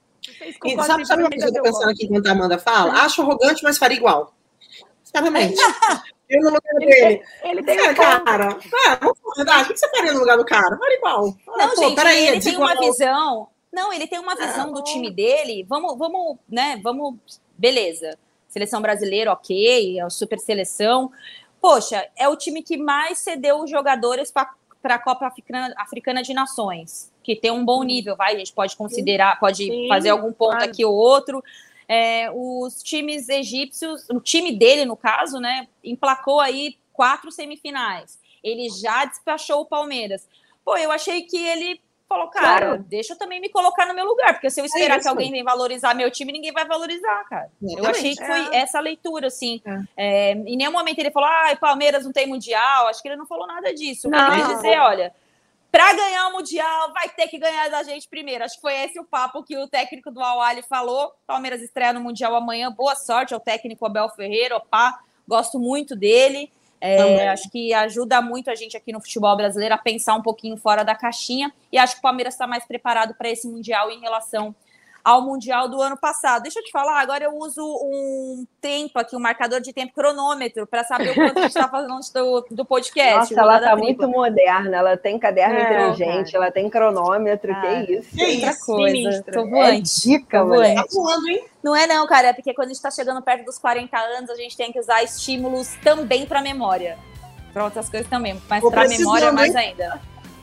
Se e sabe, sabe uma coisa que eu tô pensando aqui enquanto a Amanda fala? Acho arrogante, mas faria igual. Sinceramente. Eu no lugar ele dele. Tem, ele tem é, um cara, é, vamos falar a verdade. O que você faria no lugar do cara? Faria igual. Não, ah, pô, gente, peraí, ele tem igual. uma visão... Não, ele tem uma visão do time dele. Vamos, vamos, né? Vamos, beleza. Seleção brasileira, ok, é a super seleção. Poxa, é o time que mais cedeu os jogadores para a Copa Africana, Africana de Nações, que tem um bom nível, vai. A gente pode considerar, pode Sim, fazer algum ponto claro. aqui ou outro. É, os times egípcios, o time dele, no caso, né, emplacou aí quatro semifinais. Ele já despachou o Palmeiras. Pô, eu achei que ele falou, cara, claro. deixa eu também me colocar no meu lugar, porque se eu esperar é que alguém venha valorizar meu time, ninguém vai valorizar, cara. É, eu achei que foi é. essa leitura, assim. É. É, em nenhum momento ele falou, ah, Palmeiras não tem Mundial, acho que ele não falou nada disso. Não. Ele quis dizer, olha, para ganhar o Mundial, vai ter que ganhar da gente primeiro. Acho que foi esse o papo que o técnico do Al-Ahly falou. Palmeiras estreia no Mundial amanhã, boa sorte ao técnico Abel Ferreira, opá, gosto muito dele. É, acho que ajuda muito a gente aqui no futebol brasileiro a pensar um pouquinho fora da caixinha, e acho que o Palmeiras está mais preparado para esse Mundial em relação ao Mundial do ano passado. Deixa eu te falar, agora eu uso um tempo aqui, um marcador de tempo, cronômetro, para saber o quanto a gente está fazendo do, do podcast. Nossa, ela está muito moderna, ela tem caderno é, inteligente, cara. Ela tem cronômetro, ah, que isso. Que outra isso, coisa, tô voante. É dica, mulher. Tá voando, hein? Não é não, cara, é porque quando a gente está chegando perto dos quarenta anos, a gente tem que usar estímulos também para memória. Para outras coisas também, mas para memória mais ainda.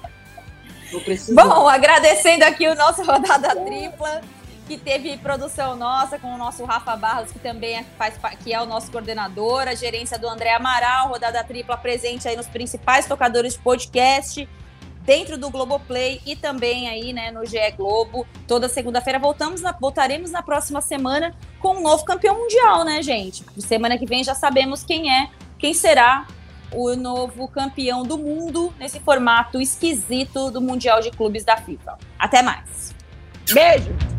Bom, agradecendo aqui o nosso Rodada Tripla, que teve produção nossa com o nosso Rafa Barros, que também é, faz, que é o nosso coordenador, a gerência do André Amaral, Rodada Tripla presente aí nos principais tocadores de podcast, dentro do Globoplay e também aí, né, no G E Globo. Toda segunda-feira voltamos na, voltaremos na próxima semana com um novo campeão mundial, né, gente? Semana que vem já sabemos quem é, quem será o novo campeão do mundo nesse formato esquisito do Mundial de Clubes da FIFA. Até mais. Beijo!